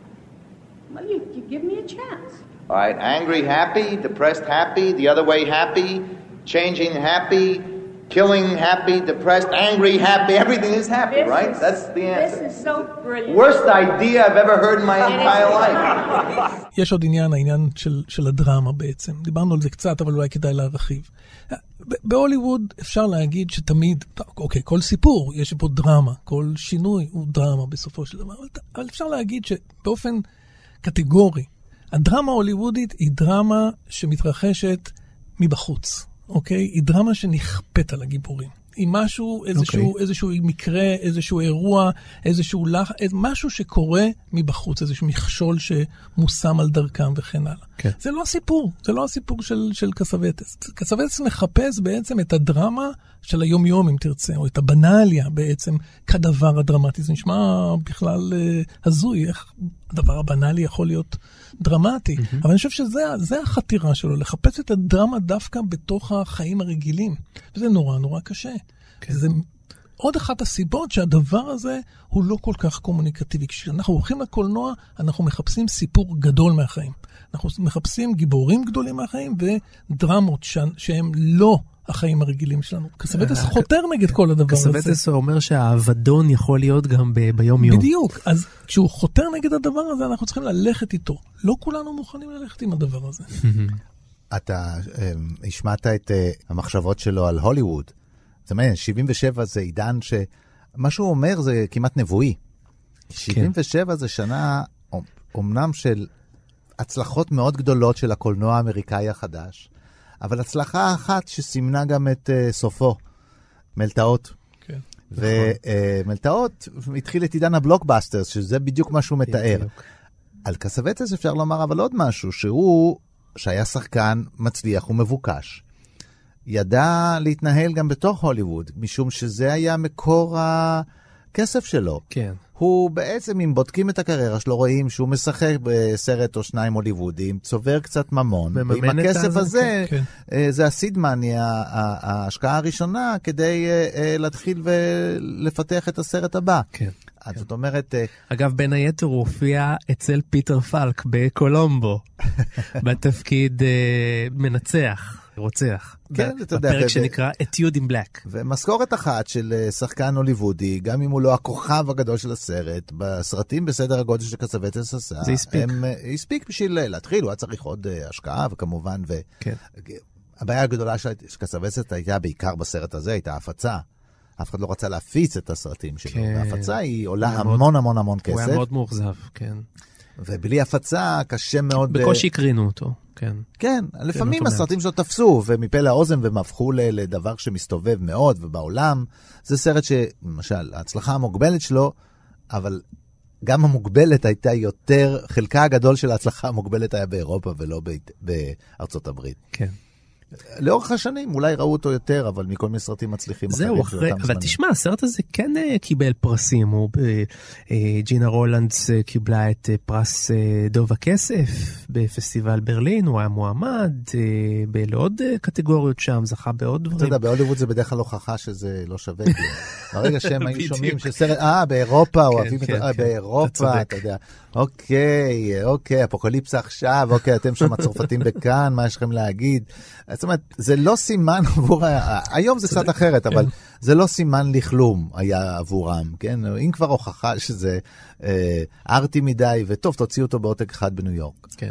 well, you, you give me a chance. All right, angry, happy, depressed, happy, the other way, happy, changing, happy, killing, happy, depressed, angry, happy, everything is happy, this right? Is, That's the answer. This is so brilliant. Worst idea I've ever heard in my entire life. יש עוד עניין, העניין של, של הדרמה בעצם. דיברנו על זה קצת, אבל אולי כדאי להרחיב. בהוליווד אפשר להגיד שתמיד, אוקיי, כל סיפור יש פה דרמה, כל שינוי הוא דרמה בסופו של דבר, אבל אפשר להגיד שבאופן קטגורי, הדרמה ההוליוודית היא דרמה שמתרחשת מבחוץ, אוקיי? היא דרמה שנכפת על הגיבורים. היא משהו, איזשהו, okay. איזשהו מקרה, איזשהו אירוע, איזשהו לח... משהו שקורה מבחוץ, איזשהו מכשול שמושם על דרכם וכן הלאה. Okay. זה לא הסיפור, זה לא הסיפור של, של קסווטס. קסווטס מחפש בעצם את הדרמה של היום יום, אם תרצה, או את הבנליה בעצם כדבר הדרמטי. זה נשמע בכלל אה, הזוי, איך הדבר הבנלי יכול להיות דרמטי. Mm-hmm. אבל אני חושב שזה החתירה שלו, לחפש את הדרמה דווקא בתוך החיים הרגילים. וזה נורא נורא קשה. Okay. זה עוד אחת הסיבות שהדבר הזה הוא לא כל כך קומוניקטיבי. כשאנחנו הולכים לקולנוע, אנחנו מחפשים סיפור גדול מהחיים. אנחנו מחפשים גיבורים גדולים מהחיים ודרמות שהם לא החיים הרגילים שלנו. קסווטס חותר נגד כל הדבר הזה. קסווטס אומר שהאבדון יכול להיות גם ביום יום. בדיוק. אז כשהוא חותר נגד הדבר הזה, אנחנו צריכים ללכת איתו. לא כולנו מוכנים ללכת עם הדבר הזה. אתה השמעת את המחשבות שלו על הוליווד. זאת אומרת, שבעים ושבע זה עידן שמה שהוא אומר זה כמעט נבואי. שבעים ושבע זה שנה אומנם של הצלחות מאוד גדולות של הקולנוע האמריקאי החדש, אבל הצלחה אחת שסימנה גם את uh, סופו, מלטאות. כן. ומלטאות uh, התחיל את עידן הבלוקבאסטרס, שזה בדיוק מה שהוא מתאר. בדיוק. על קסווטס אפשר לומר אבל עוד משהו, שהוא, שהיה שחקן מצליח ומבוקש, ידע להתנהל גם בתוך הוליווד, משום שזה היה מקור הכסף שלו. כן. הוא בעצם, אם בודקים את הקריירה שלו, רואים שהוא משחק בסרט או שניים הוליוודיים, צובר קצת ממון, ועם הכסף הזה, כן, כן. זה הסידמני, ההשקעה הראשונה, כדי להתחיל ולפתח את הסרט הבא. כן. אז זאת אומרת... אגב, בין היתר הוא הופיע אצל פיטר פלק בקולומבו, בתפקיד מנצח. רוצח. כן, אתה יודע. בפרק שנקרא Etude in Black. ומשכורת אחת של שחקן הוליוודי, גם אם הוא לא הכוכב הגדול של הסרט, בסרטים בסדר הגודל שקסווטס עשה, זה הספיק. הם הספיק בשביל להתחיל, הוא היה צריך עוד השקעה, וכמובן, הבעיה הגדולה של קסווטס הייתה בעיקר בסרט הזה, הייתה הפצה. אף אחד לא רצה להפיץ את הסרטים שלו, וההפצה היא עולה המון המון המון כסף. הוא היה מאוד מאוכזב, כן. ובלי הפצה קשה מאוד... בקושי הקרינו אותו, כן. כן, לפעמים הסרטים שלו תפסו, ומפה לאוזן והם הפכו לדבר שמסתובב מאוד, ובעולם זה סרט שלמשל, ההצלחה המוגבלת שלו, אבל גם המוגבלת הייתה יותר, חלקה הגדול של ההצלחה המוגבלת היה באירופה ולא בארצות הברית. כן. לאורך השנים, אולי ראו אותו יותר, אבל מכל מיני סרטים מצליחים. זהו, אחרי, אבל תשמע, הסרט הזה כן קיבל פרסים, הוא, ג'ינה רולנדס קיבלה את פרס דוב הכסף בפסטיבל ברלין, הוא היה מועמד בעוד קטגוריות שם, זכה בעוד דברים. אתה יודע, בהוליווד זה בדרך כלל הוכחה שזה לא שווה. ברגע שהם היו שומעים שסרט, אה, באירופה, אוהבים את זה, באירופה, אתה יודע. אוקיי, אוקיי, אפוקליפסה עכשיו, אוקיי, אתם שם הצרפתים בכאן, מה יש לכם להגיד? זאת אומרת, זה לא סימן עבור, היום זה קצת אחרת, אבל זה לא סימן לכלום היה עבורם, כן? אם כבר הוכחה שזה ארטי מדי, וטוב, תוציאו אותו בעותק אחד בניו יורק. כן.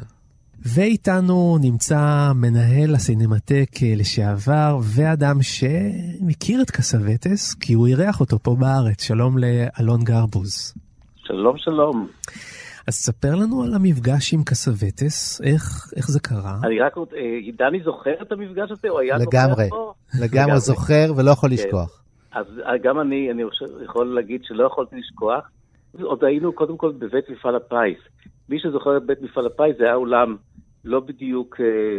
ואיתנו נמצא מנהל הסינמטק לשעבר, ואדם שמכיר את קסווטס, כי הוא אירח אותו פה בארץ. שלום לאלון גרבוז. שלום, שלום. אז ספר לנו על המפגש עם קסווטס, איך, איך זה קרה? אני רק, דני זוכר את המפגש הזה, או היה לגמרי, זוכר לגמרי, לגמרי זוכר ולא יכול לשכוח. אז גם אני, אני יכול להגיד שלא יכולתי לשכוח, עוד היינו קודם כל בבית מפעל הפיס. מי שזוכר את בית מפעל הפיס, זה היה אולם לא בדיוק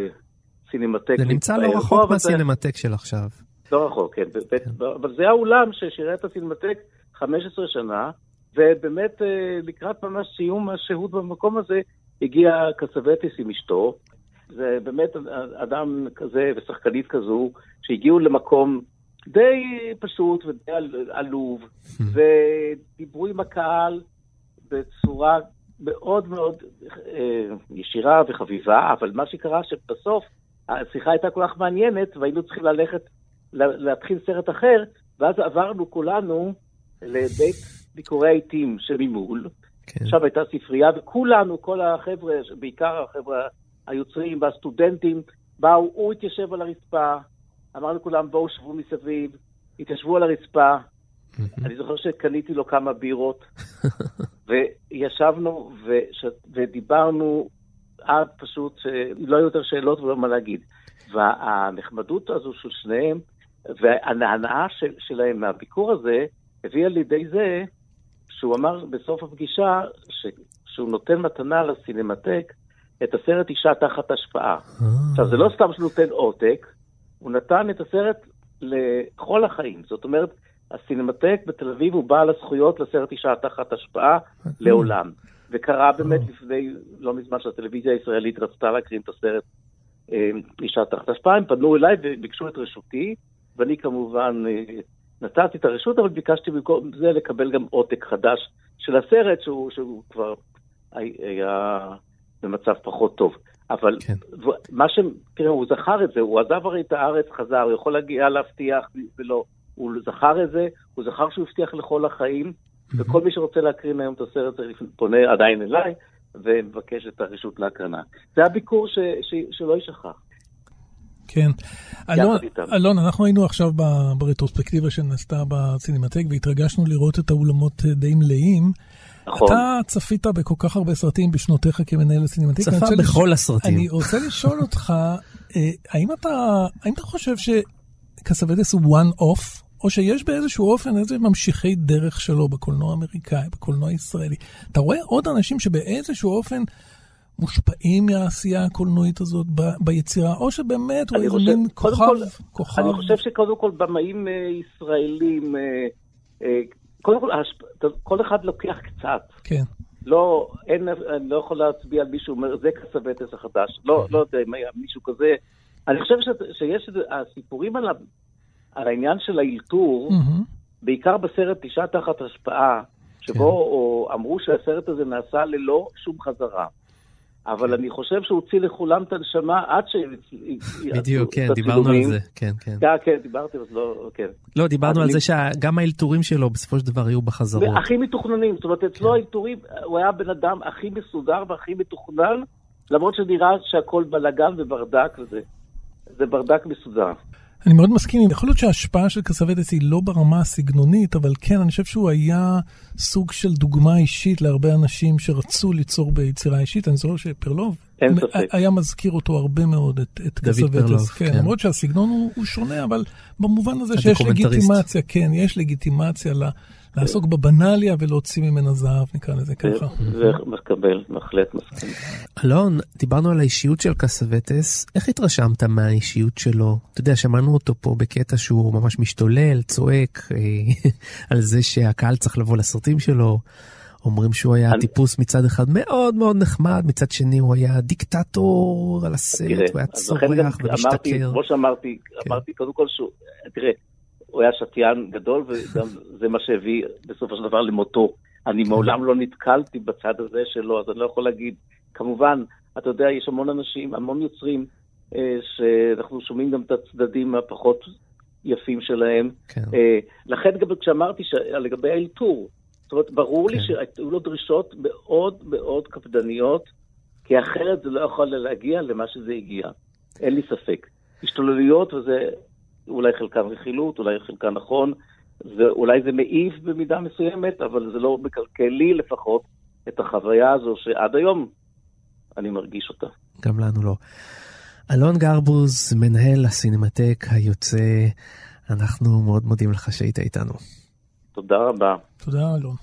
סינמטק. זה נמצא לא רחוק מהסינמטק של עכשיו. לא רחוק, כן. אבל זה היה אולם ששירת הסינמטק חמש עשרה שנה, ובאמת לקראת ממש סיום השהות במקום הזה, הגיע קסווטס עם אשתו. זה באמת אדם כזה ושחקנית כזו, שהגיעו למקום די פשוט ודי עלוב, ודיברו עם הקהל בצורה מאוד מאוד אה, ישירה וחביבה, אבל מה שקרה שבסוף השיחה הייתה כל כך מעניינת, והיינו צריכים ללכת, להתחיל סרט אחר, ואז עברנו כולנו לבית ביקורי העיתים שממול. כן. עכשיו הייתה ספרייה, וכולנו, כל החבר'ה, בעיקר החבר'ה היוצרים והסטודנטים, באו, הוא התיישב על הרצפה, אמרנו כולם, בואו שבו מסביב, התיישבו על הרצפה, mm-hmm. אני זוכר שקניתי לו כמה בירות, וישבנו וש... ודיברנו עד פשוט שלא היו יותר שאלות ולא מה להגיד. והנחמדות הזו של שניהם, וההנאה של... שלהם מהביקור הזה, הביאה לידי זה, שהוא אמר בסוף הפגישה, ש... שהוא נותן מתנה לסינמטק, את הסרט אישה תחת השפעה. עכשיו, זה לא סתם שהוא נותן עותק, הוא נתן את הסרט לכל החיים. זאת אומרת, הסינמטק בתל אביב הוא בעל הזכויות לסרט אישה תחת השפעה לעולם. וקרה באמת לפני, לא מזמן שהטלוויזיה הישראלית רצתה להקרין את הסרט אישה תחת השפעה, הם פנו אליי וביקשו את רשותי, ואני כמובן נתתי את הרשות, אבל ביקשתי במקום זה לקבל גם עותק חדש של הסרט, שהוא, שהוא כבר היה במצב פחות טוב. אבל כן. מה ש... תראה, הוא זכר את זה, הוא עזב הרי את הארץ, חזר, הוא יכול להגיע להבטיח, ולא, הוא זכר את זה, הוא זכר שהוא הבטיח לכל החיים, mm-hmm. וכל מי שרוצה להקרין היום את הסרט, פונה עדיין אליי, ומבקש את הרשות להקרנה. זה הביקור ש... ש... שלא ישכח. כן. אלון, אלון, אנחנו היינו עכשיו ברטרוספקטיבה שנעשתה בסינמטק, והתרגשנו לראות את האולמות די מלאים. נכון. אתה צפית בכל כך הרבה סרטים בשנותיך כמנהל הסינמטק. צפה בכל לש... הסרטים. אני רוצה לשאול אותך, האם אתה, האם אתה חושב שקסווטס הוא one off, או שיש באיזשהו אופן איזה ממשיכי דרך שלו בקולנוע האמריקאי, בקולנוע הישראלי? אתה רואה עוד אנשים שבאיזשהו אופן מושפעים מהעשייה הקולנועית הזאת ב- ביצירה, או שבאמת הוא איזה מין כוכב, כל, כוכב? אני חושב שקודם כל במאים ישראלים, קודם כל, כל אחד לוקח קצת. כן. לא, אין, אני לא יכול להצביע על מישהו, זה קסווטס החדש. לא, לא יודע, מישהו כזה. אני חושב ש, שיש הסיפורים על, על העניין של האלתור, בעיקר בסרט אישה תחת השפעה, שבו אמרו שהסרט הזה נעשה ללא שום חזרה. אבל אני חושב שהוא הוציא לכולם את הנשמה עד ש... בדיוק, כן, דיברנו על זה. כן, כן. כן, דיברתי, אז לא, כן. לא, דיברנו על זה שגם האלתורים שלו בסופו של דבר היו בחזרות. והכי מתוכננים, זאת אומרת, אצלו האלתורים, הוא היה בן אדם הכי מסודר והכי מתוכנן, למרות שנראה שהכל בלגן וברדק וזה. זה ברדק מסודר. אני מאוד מסכים, יכול להיות שההשפעה של קסווטס היא לא ברמה הסגנונית, אבל כן, אני חושב שהוא היה סוג של דוגמה אישית להרבה אנשים שרצו ליצור ביצירה אישית. אני זוכר שפרלוב היה מזכיר אותו הרבה מאוד, את, את קסווטס. כן, כן. למרות שהסגנון הוא, הוא שונה, אבל במובן הזה שיש לגיטימציה, כן, יש לגיטימציה לה, לעסוק בבנליה ולהוציא ממנה זהב, נקרא לזה ככה. זה מקבל, מחלט מסכים. אלון, דיברנו על האישיות של קסווטס, איך התרשמת מהאישיות שלו? אתה יודע, שמענו אותו פה בקטע שהוא ממש משתולל, צועק, על זה שהקהל צריך לבוא לסרטים שלו, אומרים שהוא היה טיפוס מצד אחד מאוד מאוד נחמד, מצד שני הוא היה דיקטטור על הסרט, הוא היה צורח ומשתכר. כמו שאמרתי, אמרתי קודם כל שהוא, תראה, הוא היה שתיין גדול, וגם זה מה שהביא בסופו של דבר למותו. אני מעולם לא נתקלתי בצד הזה שלו, אז אני לא יכול להגיד. כמובן, אתה יודע, יש המון אנשים, המון יוצרים, שאנחנו שומעים גם את הצדדים הפחות יפים שלהם. לכן גם כשאמרתי לגבי האלתור, זאת אומרת, ברור לי שהיו לו דרישות מאוד מאוד קפדניות, כי אחרת זה לא יכול להגיע למה שזה הגיע. אין לי ספק. השתוללויות וזה... אולי חלקן רכילות, אולי חלקן נכון, זה, אולי זה מעיף במידה מסוימת, אבל זה לא מקלקל לי לפחות את החוויה הזו שעד היום אני מרגיש אותה. גם לנו לא. אלון גרבוז, מנהל הסינמטק היוצא, אנחנו מאוד מודים לך שהיית איתנו. תודה רבה. תודה אלון.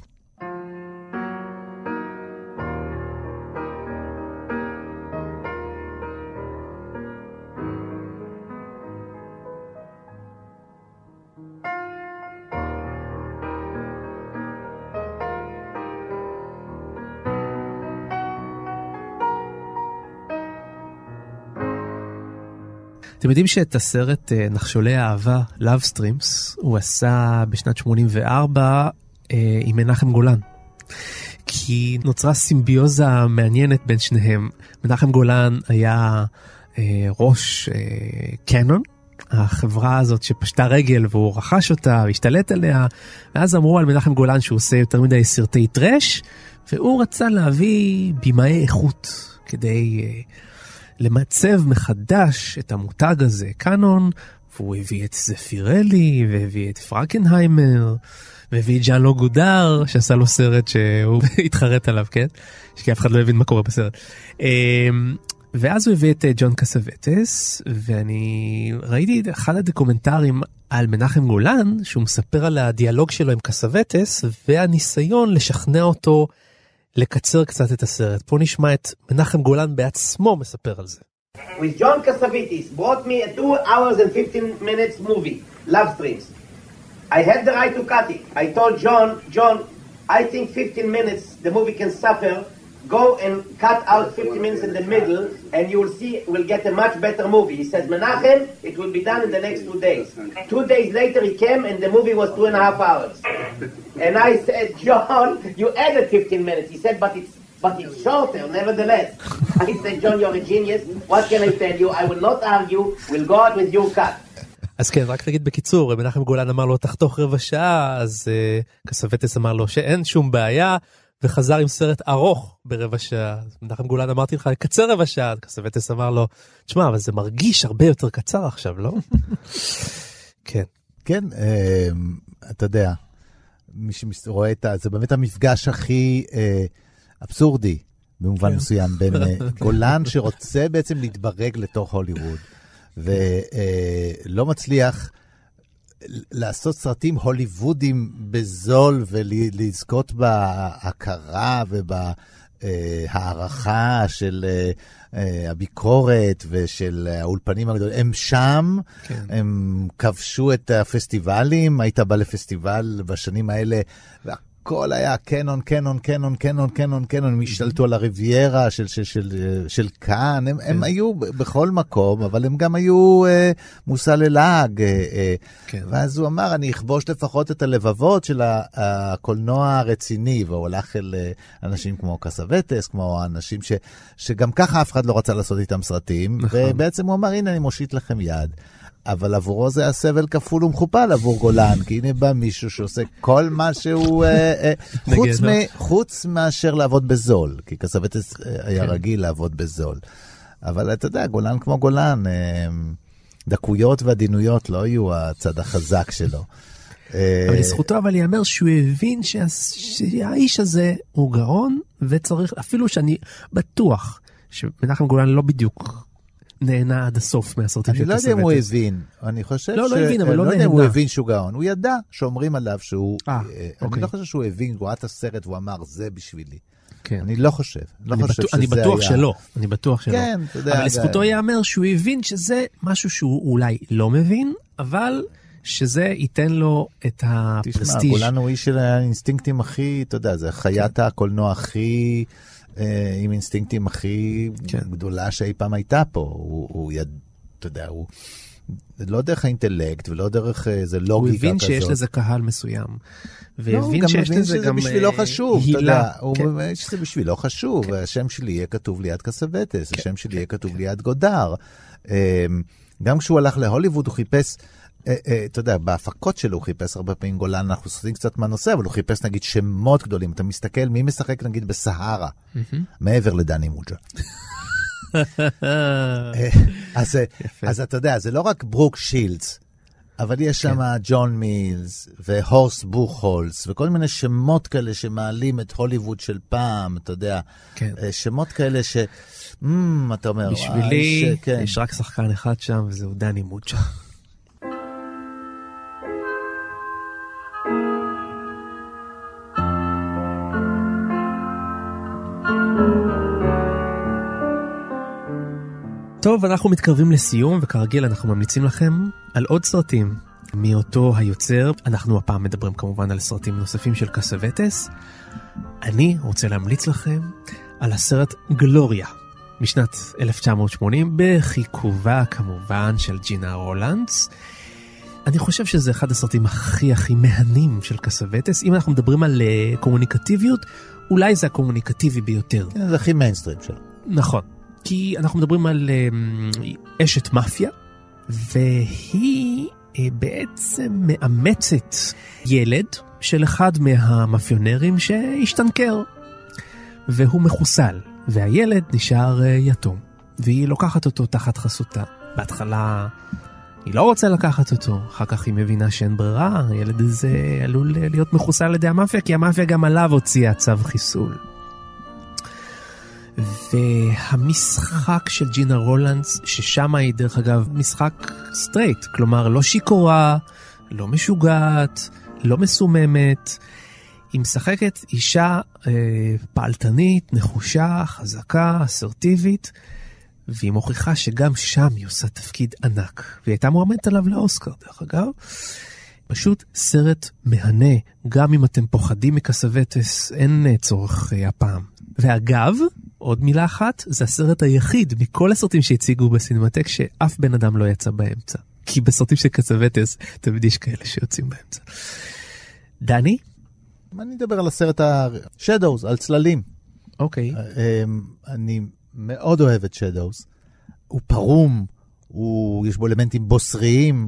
אתם יודעים שאת הסרט נחשולי האהבה, Love Streams, הוא עשה בשנת שמונים וארבע אה, עם מנחם גולן. כי נוצרה סימביוזה מעניינת בין שניהם. מנחם גולן היה אה, ראש אה, קנון, החברה הזאת שפשטה רגל והוא רכש אותה והשתלט עליה, ואז אמרו על מנחם גולן שהוא עושה יותר מדי סרטי טרש, והוא רצה להביא בימאי איכות כדי אה, למצב מחדש את המותג הזה, קנון, והוא הביא את זפירלי והביא את פרקנהיימר, והביא את ז'אן לו גודר, שעשה לו סרט שהוא התחרט עליו, כן? שכי אף אחד לא הבין מה קורה בסרט. ואז הוא הביא את ג'ון קסווטס, ואני ראיתי אחד הדוקומנטרים על מנחם גולן, שהוא מספר על הדיאלוג שלו עם קסווטס, והניסיון לשכנע אותו לקצר קצת את הסרט. פה נשמע את מנחם גולן בעצמו מספר על זה. With John Cassavetes brought me a two hours and fifteen minutes movie, Love Streams. I had the right to cut it. I told John, John, I think fifteen minutes the movie can suffer. Go and cut out fifteen minutes in the middle and you will see we'll get a much better movie. He says, Menachem, it will be done in the next two days. Two days later he came and the movie was two and a half hours. And I said, John, you added fifteen minutes. He said, but it's but it's shorter, nevertheless. I said, John, you're a genius. What can I tell you? I will not argue. We'll go out with your cut. אז כן, רק תגיד בקיצור, מנחם גולן אמר לו, תחתוך רבע שעה, אז uh, קסווטס אמר לו שאין שום בעיה, וחזר עם סרט ארוך ברבע שעה. מנחם גולן אמרתי לך, קצר רבע שעה, קסווטס אמר לו, תשמע, אבל זה מרגיש הרבה יותר קצר עכשיו, לא? כן. כן, אה, אתה יודע, מי שרואה את זה, זה באמת המפגש הכי אה, אבסורדי, במובן מסוים, בין גולן שרוצה בעצם להתברג לתוך הוליווד, ולא מצליח לעשות סרטים הוליוודיים בזול, ולזכות בהכרה ובהערכה של הביקורת ושל האולפנים הגדולים. הם שם, כן. הם כבשו את הפסטיבלים, היית בא לפסטיבל בשנים האלה, הכל היה קנון, קנון, קנון, קנון, קנון, קנון, הם השתלטו על הריביירה של, של, של, של כאן, הם, הם היו בכל מקום, אבל הם גם היו אה, מושא ללעג, אה, אה, כן. ואז הוא אמר, אני אכבוש לפחות את הלבבות של הקולנוע הרציני, והוא הולך אל אנשים כמו קסווטס, כמו אנשים ש, שגם ככה אף אחד לא רצה לעשות איתם סרטים, נכון. ובעצם הוא אמר, הנה אני מושיט לכם יד. אבל עבורו זה הסבל כפול ומכופל עבור גולן, כי הנה בא מישהו שעושה כל מה שהוא, אה, אה, חוץ, מ, חוץ מאשר לעבוד בזול, כי קסווטס היה רגיל לעבוד בזול. אבל אתה יודע, גולן כמו גולן, אה, דקויות ועדינויות לא היו הצד החזק שלו. אבל לזכותו אבל יאמר שהוא הבין שה, שהאיש הזה הוא גאון, וצריך, אפילו שאני בטוח שמנחם גולן לא בדיוק נהנה עד הסוף מהסרטים של קסווטס. אני לא יודע אם הוא הבין, אני חושב לא, ש... לא הבין, אבל לא נהנה. לא יודע אם הוא הבין שהוא גאון, הוא ידע שאומרים עליו שהוא... אני לא חושב שהוא הבין, הוא ראה את הסרט והוא אמר, זה בשבילי. אני לא חושב. אני בטוח שלא, אני בטוח שלא. כן, אתה יודע. אבל לזכותו יאמר שהוא הבין שזה משהו שהוא אולי לא מבין, אבל שזה ייתן לו את הפרסטיג'. תשמע, גולן הוא איש של האינסטינקטים הכי, אתה יודע, זה חיית הקולנוע הכי... עם אינסטינקטים הכי גדולה שאי פעם הייתה פה. הוא, אתה יודע, הוא לא דרך האינטלקט ולא דרך איזה לוגיקה כזאת. הוא הבין שיש לזה קהל מסוים. והבין שיש לזה גם בשבילו חשוב, אתה יודע, הוא מבין שזה בשבילו חשוב. השם שלי יהיה כתוב ליד קסווטס, השם שלי יהיה כתוב ליד גודר. גם כשהוא הלך להוליווד הוא חיפש, אתה יודע, בהפקות שלו הוא חיפש הרבה פעמים גולן, אנחנו סודים קצת מהנושא, אבל הוא חיפש נגיד שמות גדולים. אתה מסתכל, מי משחק נגיד בסהרה, מעבר לדני מוג'ה. אז אתה יודע, זה לא רק ברוק שילדס, אבל יש שם ג'ון מילס והורס בוכהולס, וכל מיני שמות כאלה שמעלים את הוליווד של פעם, אתה יודע, שמות כאלה ש... אתה אומר, בשבילי יש רק שחקן אחד שם, וזהו דני מוג'ה. טוב, אנחנו מתקרבים לסיום, וכרגיל אנחנו ממליצים לכם על עוד סרטים מאותו היוצר. אנחנו הפעם מדברים כמובן על סרטים נוספים של קסווטס. אני רוצה להמליץ לכם על הסרט גלוריה, משנת אלף תשע מאות שמונים, בחיכובה כמובן של ג'ינה רולנדס. אני חושב שזה אחד הסרטים הכי הכי מהנים של קסווטס. אם אנחנו מדברים על uh, קומוניקטיביות, אולי זה הקומוניקטיבי ביותר. כן, זה הכי מיינסטרים שלו. נכון. כי אנחנו מדברים על uh, אשת מאפיה, והיא uh, בעצם מאמצת ילד של אחד מהמאפיונרים שהשתנקר, והוא מחוסל, והילד נשאר uh, יתום, והיא לוקחת אותו תחת חסותה. בהתחלה היא לא רוצה לקחת אותו, אחר כך היא מבינה שאין ברירה, הילד הזה עלול להיות מחוסל על ידי המאפיה, כי המאפיה גם עליו הוציאה צו חיסול. והמשחק של ג'ינה רולנדס, ששם היא דרך אגב משחק סטרייט, כלומר לא שיקורה, לא משוגעת, לא מסוממת, היא משחקת אישה אה, פעלתנית, נחושה, חזקה, אסרטיבית, והיא מוכיחה שגם שם היא עושה תפקיד ענק, והיא הייתה מועמדת עליו לאוסקר דרך אגב. פשוט סרט מהנה, גם אם אתם פוחדים מקסווטס, אין צורך אה, הפעם. ואגב, עוד מילה אחת, זה הסרט היחיד מכל הסרטים שהציגו בסינמטק שאף בן אדם לא יצא באמצע. כי בסרטים של קסווטס תמיד יש כאלה שיוצאים באמצע. דני? אני אדבר על הסרט ה-Shadows, על צללים. אוקיי. אני מאוד אוהב את Shadows. הוא פרום, הוא, יש בו אלמנטים בוסריים,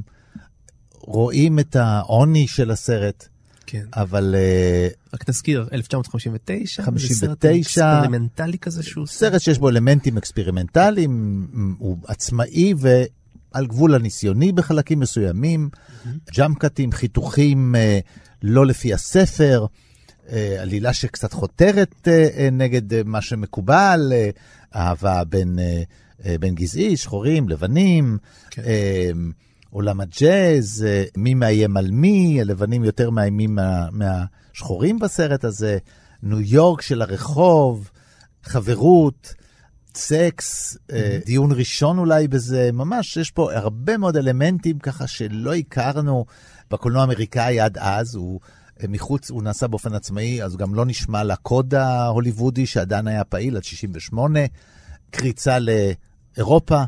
רואים את העוני של הסרט. כן. אבל... רק תזכיר, אלף תשע מאות חמישים ותשע, חמישים ותשע, זה סרט אקספרימנטלי כזה שהוא... סרט שיש בו אלמנטים אקספרימנטליים, הוא עצמאי ועל גבול הניסיוני בחלקים מסוימים, mm-hmm. ג'אמקטים, חיתוכים לא לפי הספר, עלילה שקצת חותרת נגד מה שמקובל, אהבה בין, בין גזעי, שחורים, לבנים, כן. עולם הג'אז, מי מאיים על מי, הלבנים יותר מאיימים מה, מהשחורים בסרט הזה, ניו יורק של הרחוב, חברות, סקס, mm-hmm. דיון ראשון אולי בזה, ממש יש פה הרבה מאוד אלמנטים ככה שלא הכרנו בקולנוע האמריקאי עד אז, הוא מחוץ, הוא נעשה באופן עצמאי, אז הוא גם לא נשמע לקוד ההוליוודי שעדיין היה פעיל עד שישים ושמונה, קריצה לאירופה.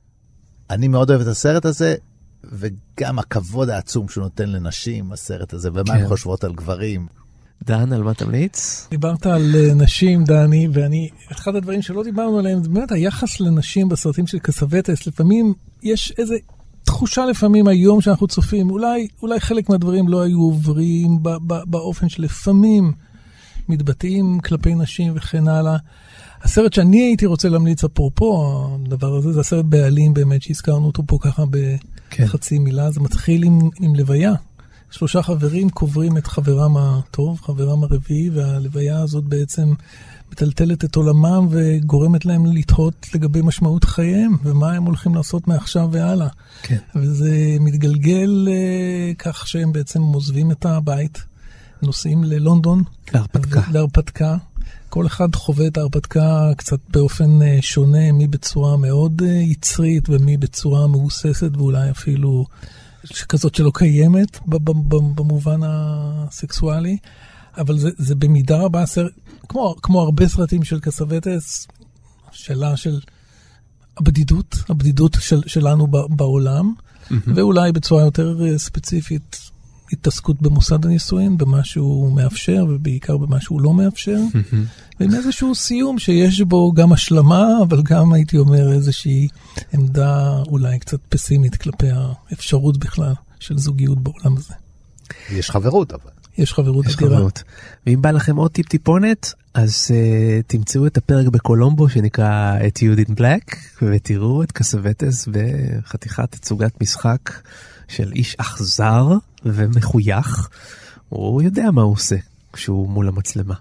אני מאוד אוהב את הסרט הזה, וגם הכבוד העצום שהוא נותן לנשים, הסרט הזה, ומה כן. הן חושבות על גברים. דן, על מה תמליץ? דיברת על נשים, דני, ואני, אחד הדברים שלא דיברנו עליהם, זה באמת היחס לנשים בסרטים של קסווטס. לפעמים יש איזה תחושה לפעמים היום שאנחנו צופים, אולי, אולי חלק מהדברים לא היו עוברים ב, ב, באופן שלפעמים מתבטאים כלפי נשים וכן הלאה. הסרט שאני הייתי רוצה להמליץ אפרופו, הדבר הזה, זה הסרט בעלים באמת, שהזכרנו אותו פה ככה בחצי כן. מילה, זה מתחיל עם, עם לוויה. שלושה חברים קוברים את חברם הטוב, חברם הרביעי, והלוויה הזאת בעצם מטלטלת את עולמם וגורמת להם לתהות לגבי משמעות חייהם, ומה הם הולכים לעשות מעכשיו והלאה. כן. וזה מתגלגל uh, כך שהם בעצם עוזבים את הבית, נוסעים ללונדון. להרפתקה. להרפתקה. כל אחד חווה את ההרפתקה קצת באופן uh, שונה, מי בצורה מאוד uh, יצרית, ומי בצורה מאוססת, ואולי אפילו כזאת שלא קיימת במובן הסקסואלי. אבל זה, זה במידה רבה, סרט, כמו, כמו הרבה סרטים של קסווטס, שאלה של הבדידות, הבדידות של, שלנו בעולם, mm-hmm. ואולי בצורה יותר ספציפית, התעסקות במוסד הנישואין, במה שהוא מאפשר, ובעיקר במה שהוא לא מאפשר, mm-hmm. ועם איזשהו סיום שיש בו גם השלמה, אבל גם הייתי אומר איזושהי עמדה אולי קצת פסימית כלפי האפשרות בכלל של זוגיות בעולם הזה. יש חברות אבל. יש חברות יש אדירה. חברות. ואם בא לכם עוד טיפ טיפונת, אז uh, תמצאו את הפרק בקולומבו שנקרא את You Did Black, ותראו את קסווטס בחתיכת תצוגת משחק של איש אכזר ומחוייך. הוא יודע מה הוא עושה כשהוא מול המצלמה.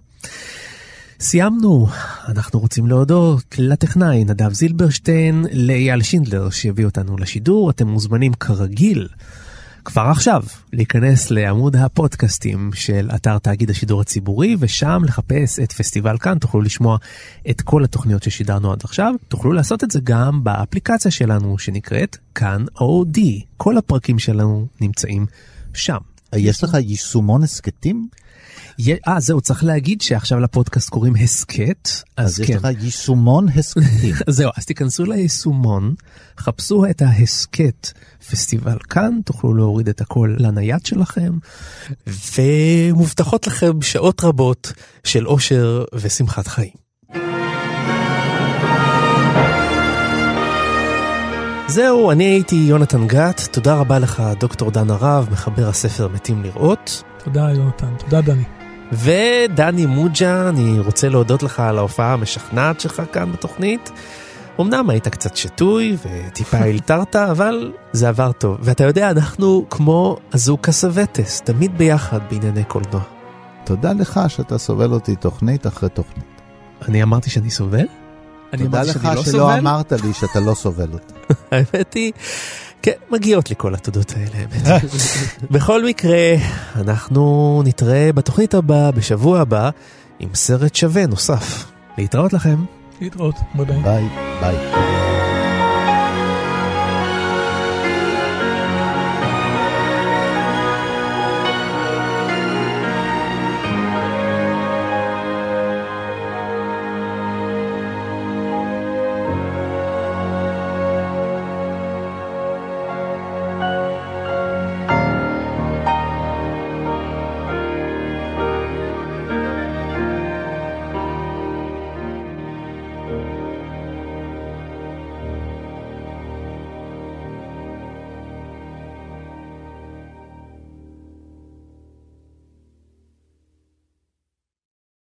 סיימנו, אנחנו רוצים להודות לטכנאי נדב זילברשטיין, לאייל שינדלר שהביא אותנו לשידור. אתם מוזמנים כרגיל כבר עכשיו להיכנס לעמוד הפודקאסטים של אתר תאגיד השידור הציבורי, ושם לחפש את פסטיבל כאן. תוכלו לשמוע את כל התוכניות ששידרנו עד עכשיו. תוכלו לעשות את זה גם באפליקציה שלנו שנקראת כאן אודי. כל הפרקים שלנו נמצאים שם. יש לך יישומון הסקטים? אה, זהו, צריך להגיד שעכשיו לפודקאסט קוראים הסקט, אז יש לך יישומון הסקטים. זהו, אז תיכנסו ליישומון, חפשו את ההסקט פסטיבל כאן, תוכלו להוריד את הכל לנייד שלכם, ומובטחות לכם שעות רבות של אושר ושמחת חיים. זהו, אני הייתי יונתן גת, תודה רבה לך דוקטור דן הרב, מחבר הספר מתים לראות. תודה יונתן, תודה דני. ודני מוג'ה, אני רוצה להודות לך על ההופעה המשכנעת שלך כאן בתוכנית. אמנם היית קצת שטוי וטיפה הלתרת, אבל זה עבר טוב. ואתה יודע, אנחנו כמו הזוג קסוותס, תמיד ביחד בענייני קולנוע. תודה לך שאתה סובל אותי תוכנית אחרי תוכנית. אני אמרתי שאני סובל? תודה לך שלא אמרת לי שאתה לא סובל אותי. האמת היא, כן, מגיעות לי כל התודות האלה, האמת. בכל מקרה, אנחנו נתראה בתוכנית הבאה, בשבוע הבא, עם סרט שווה נוסף. להתראות לכם. להתראות, ביי ביי. ביי ביי.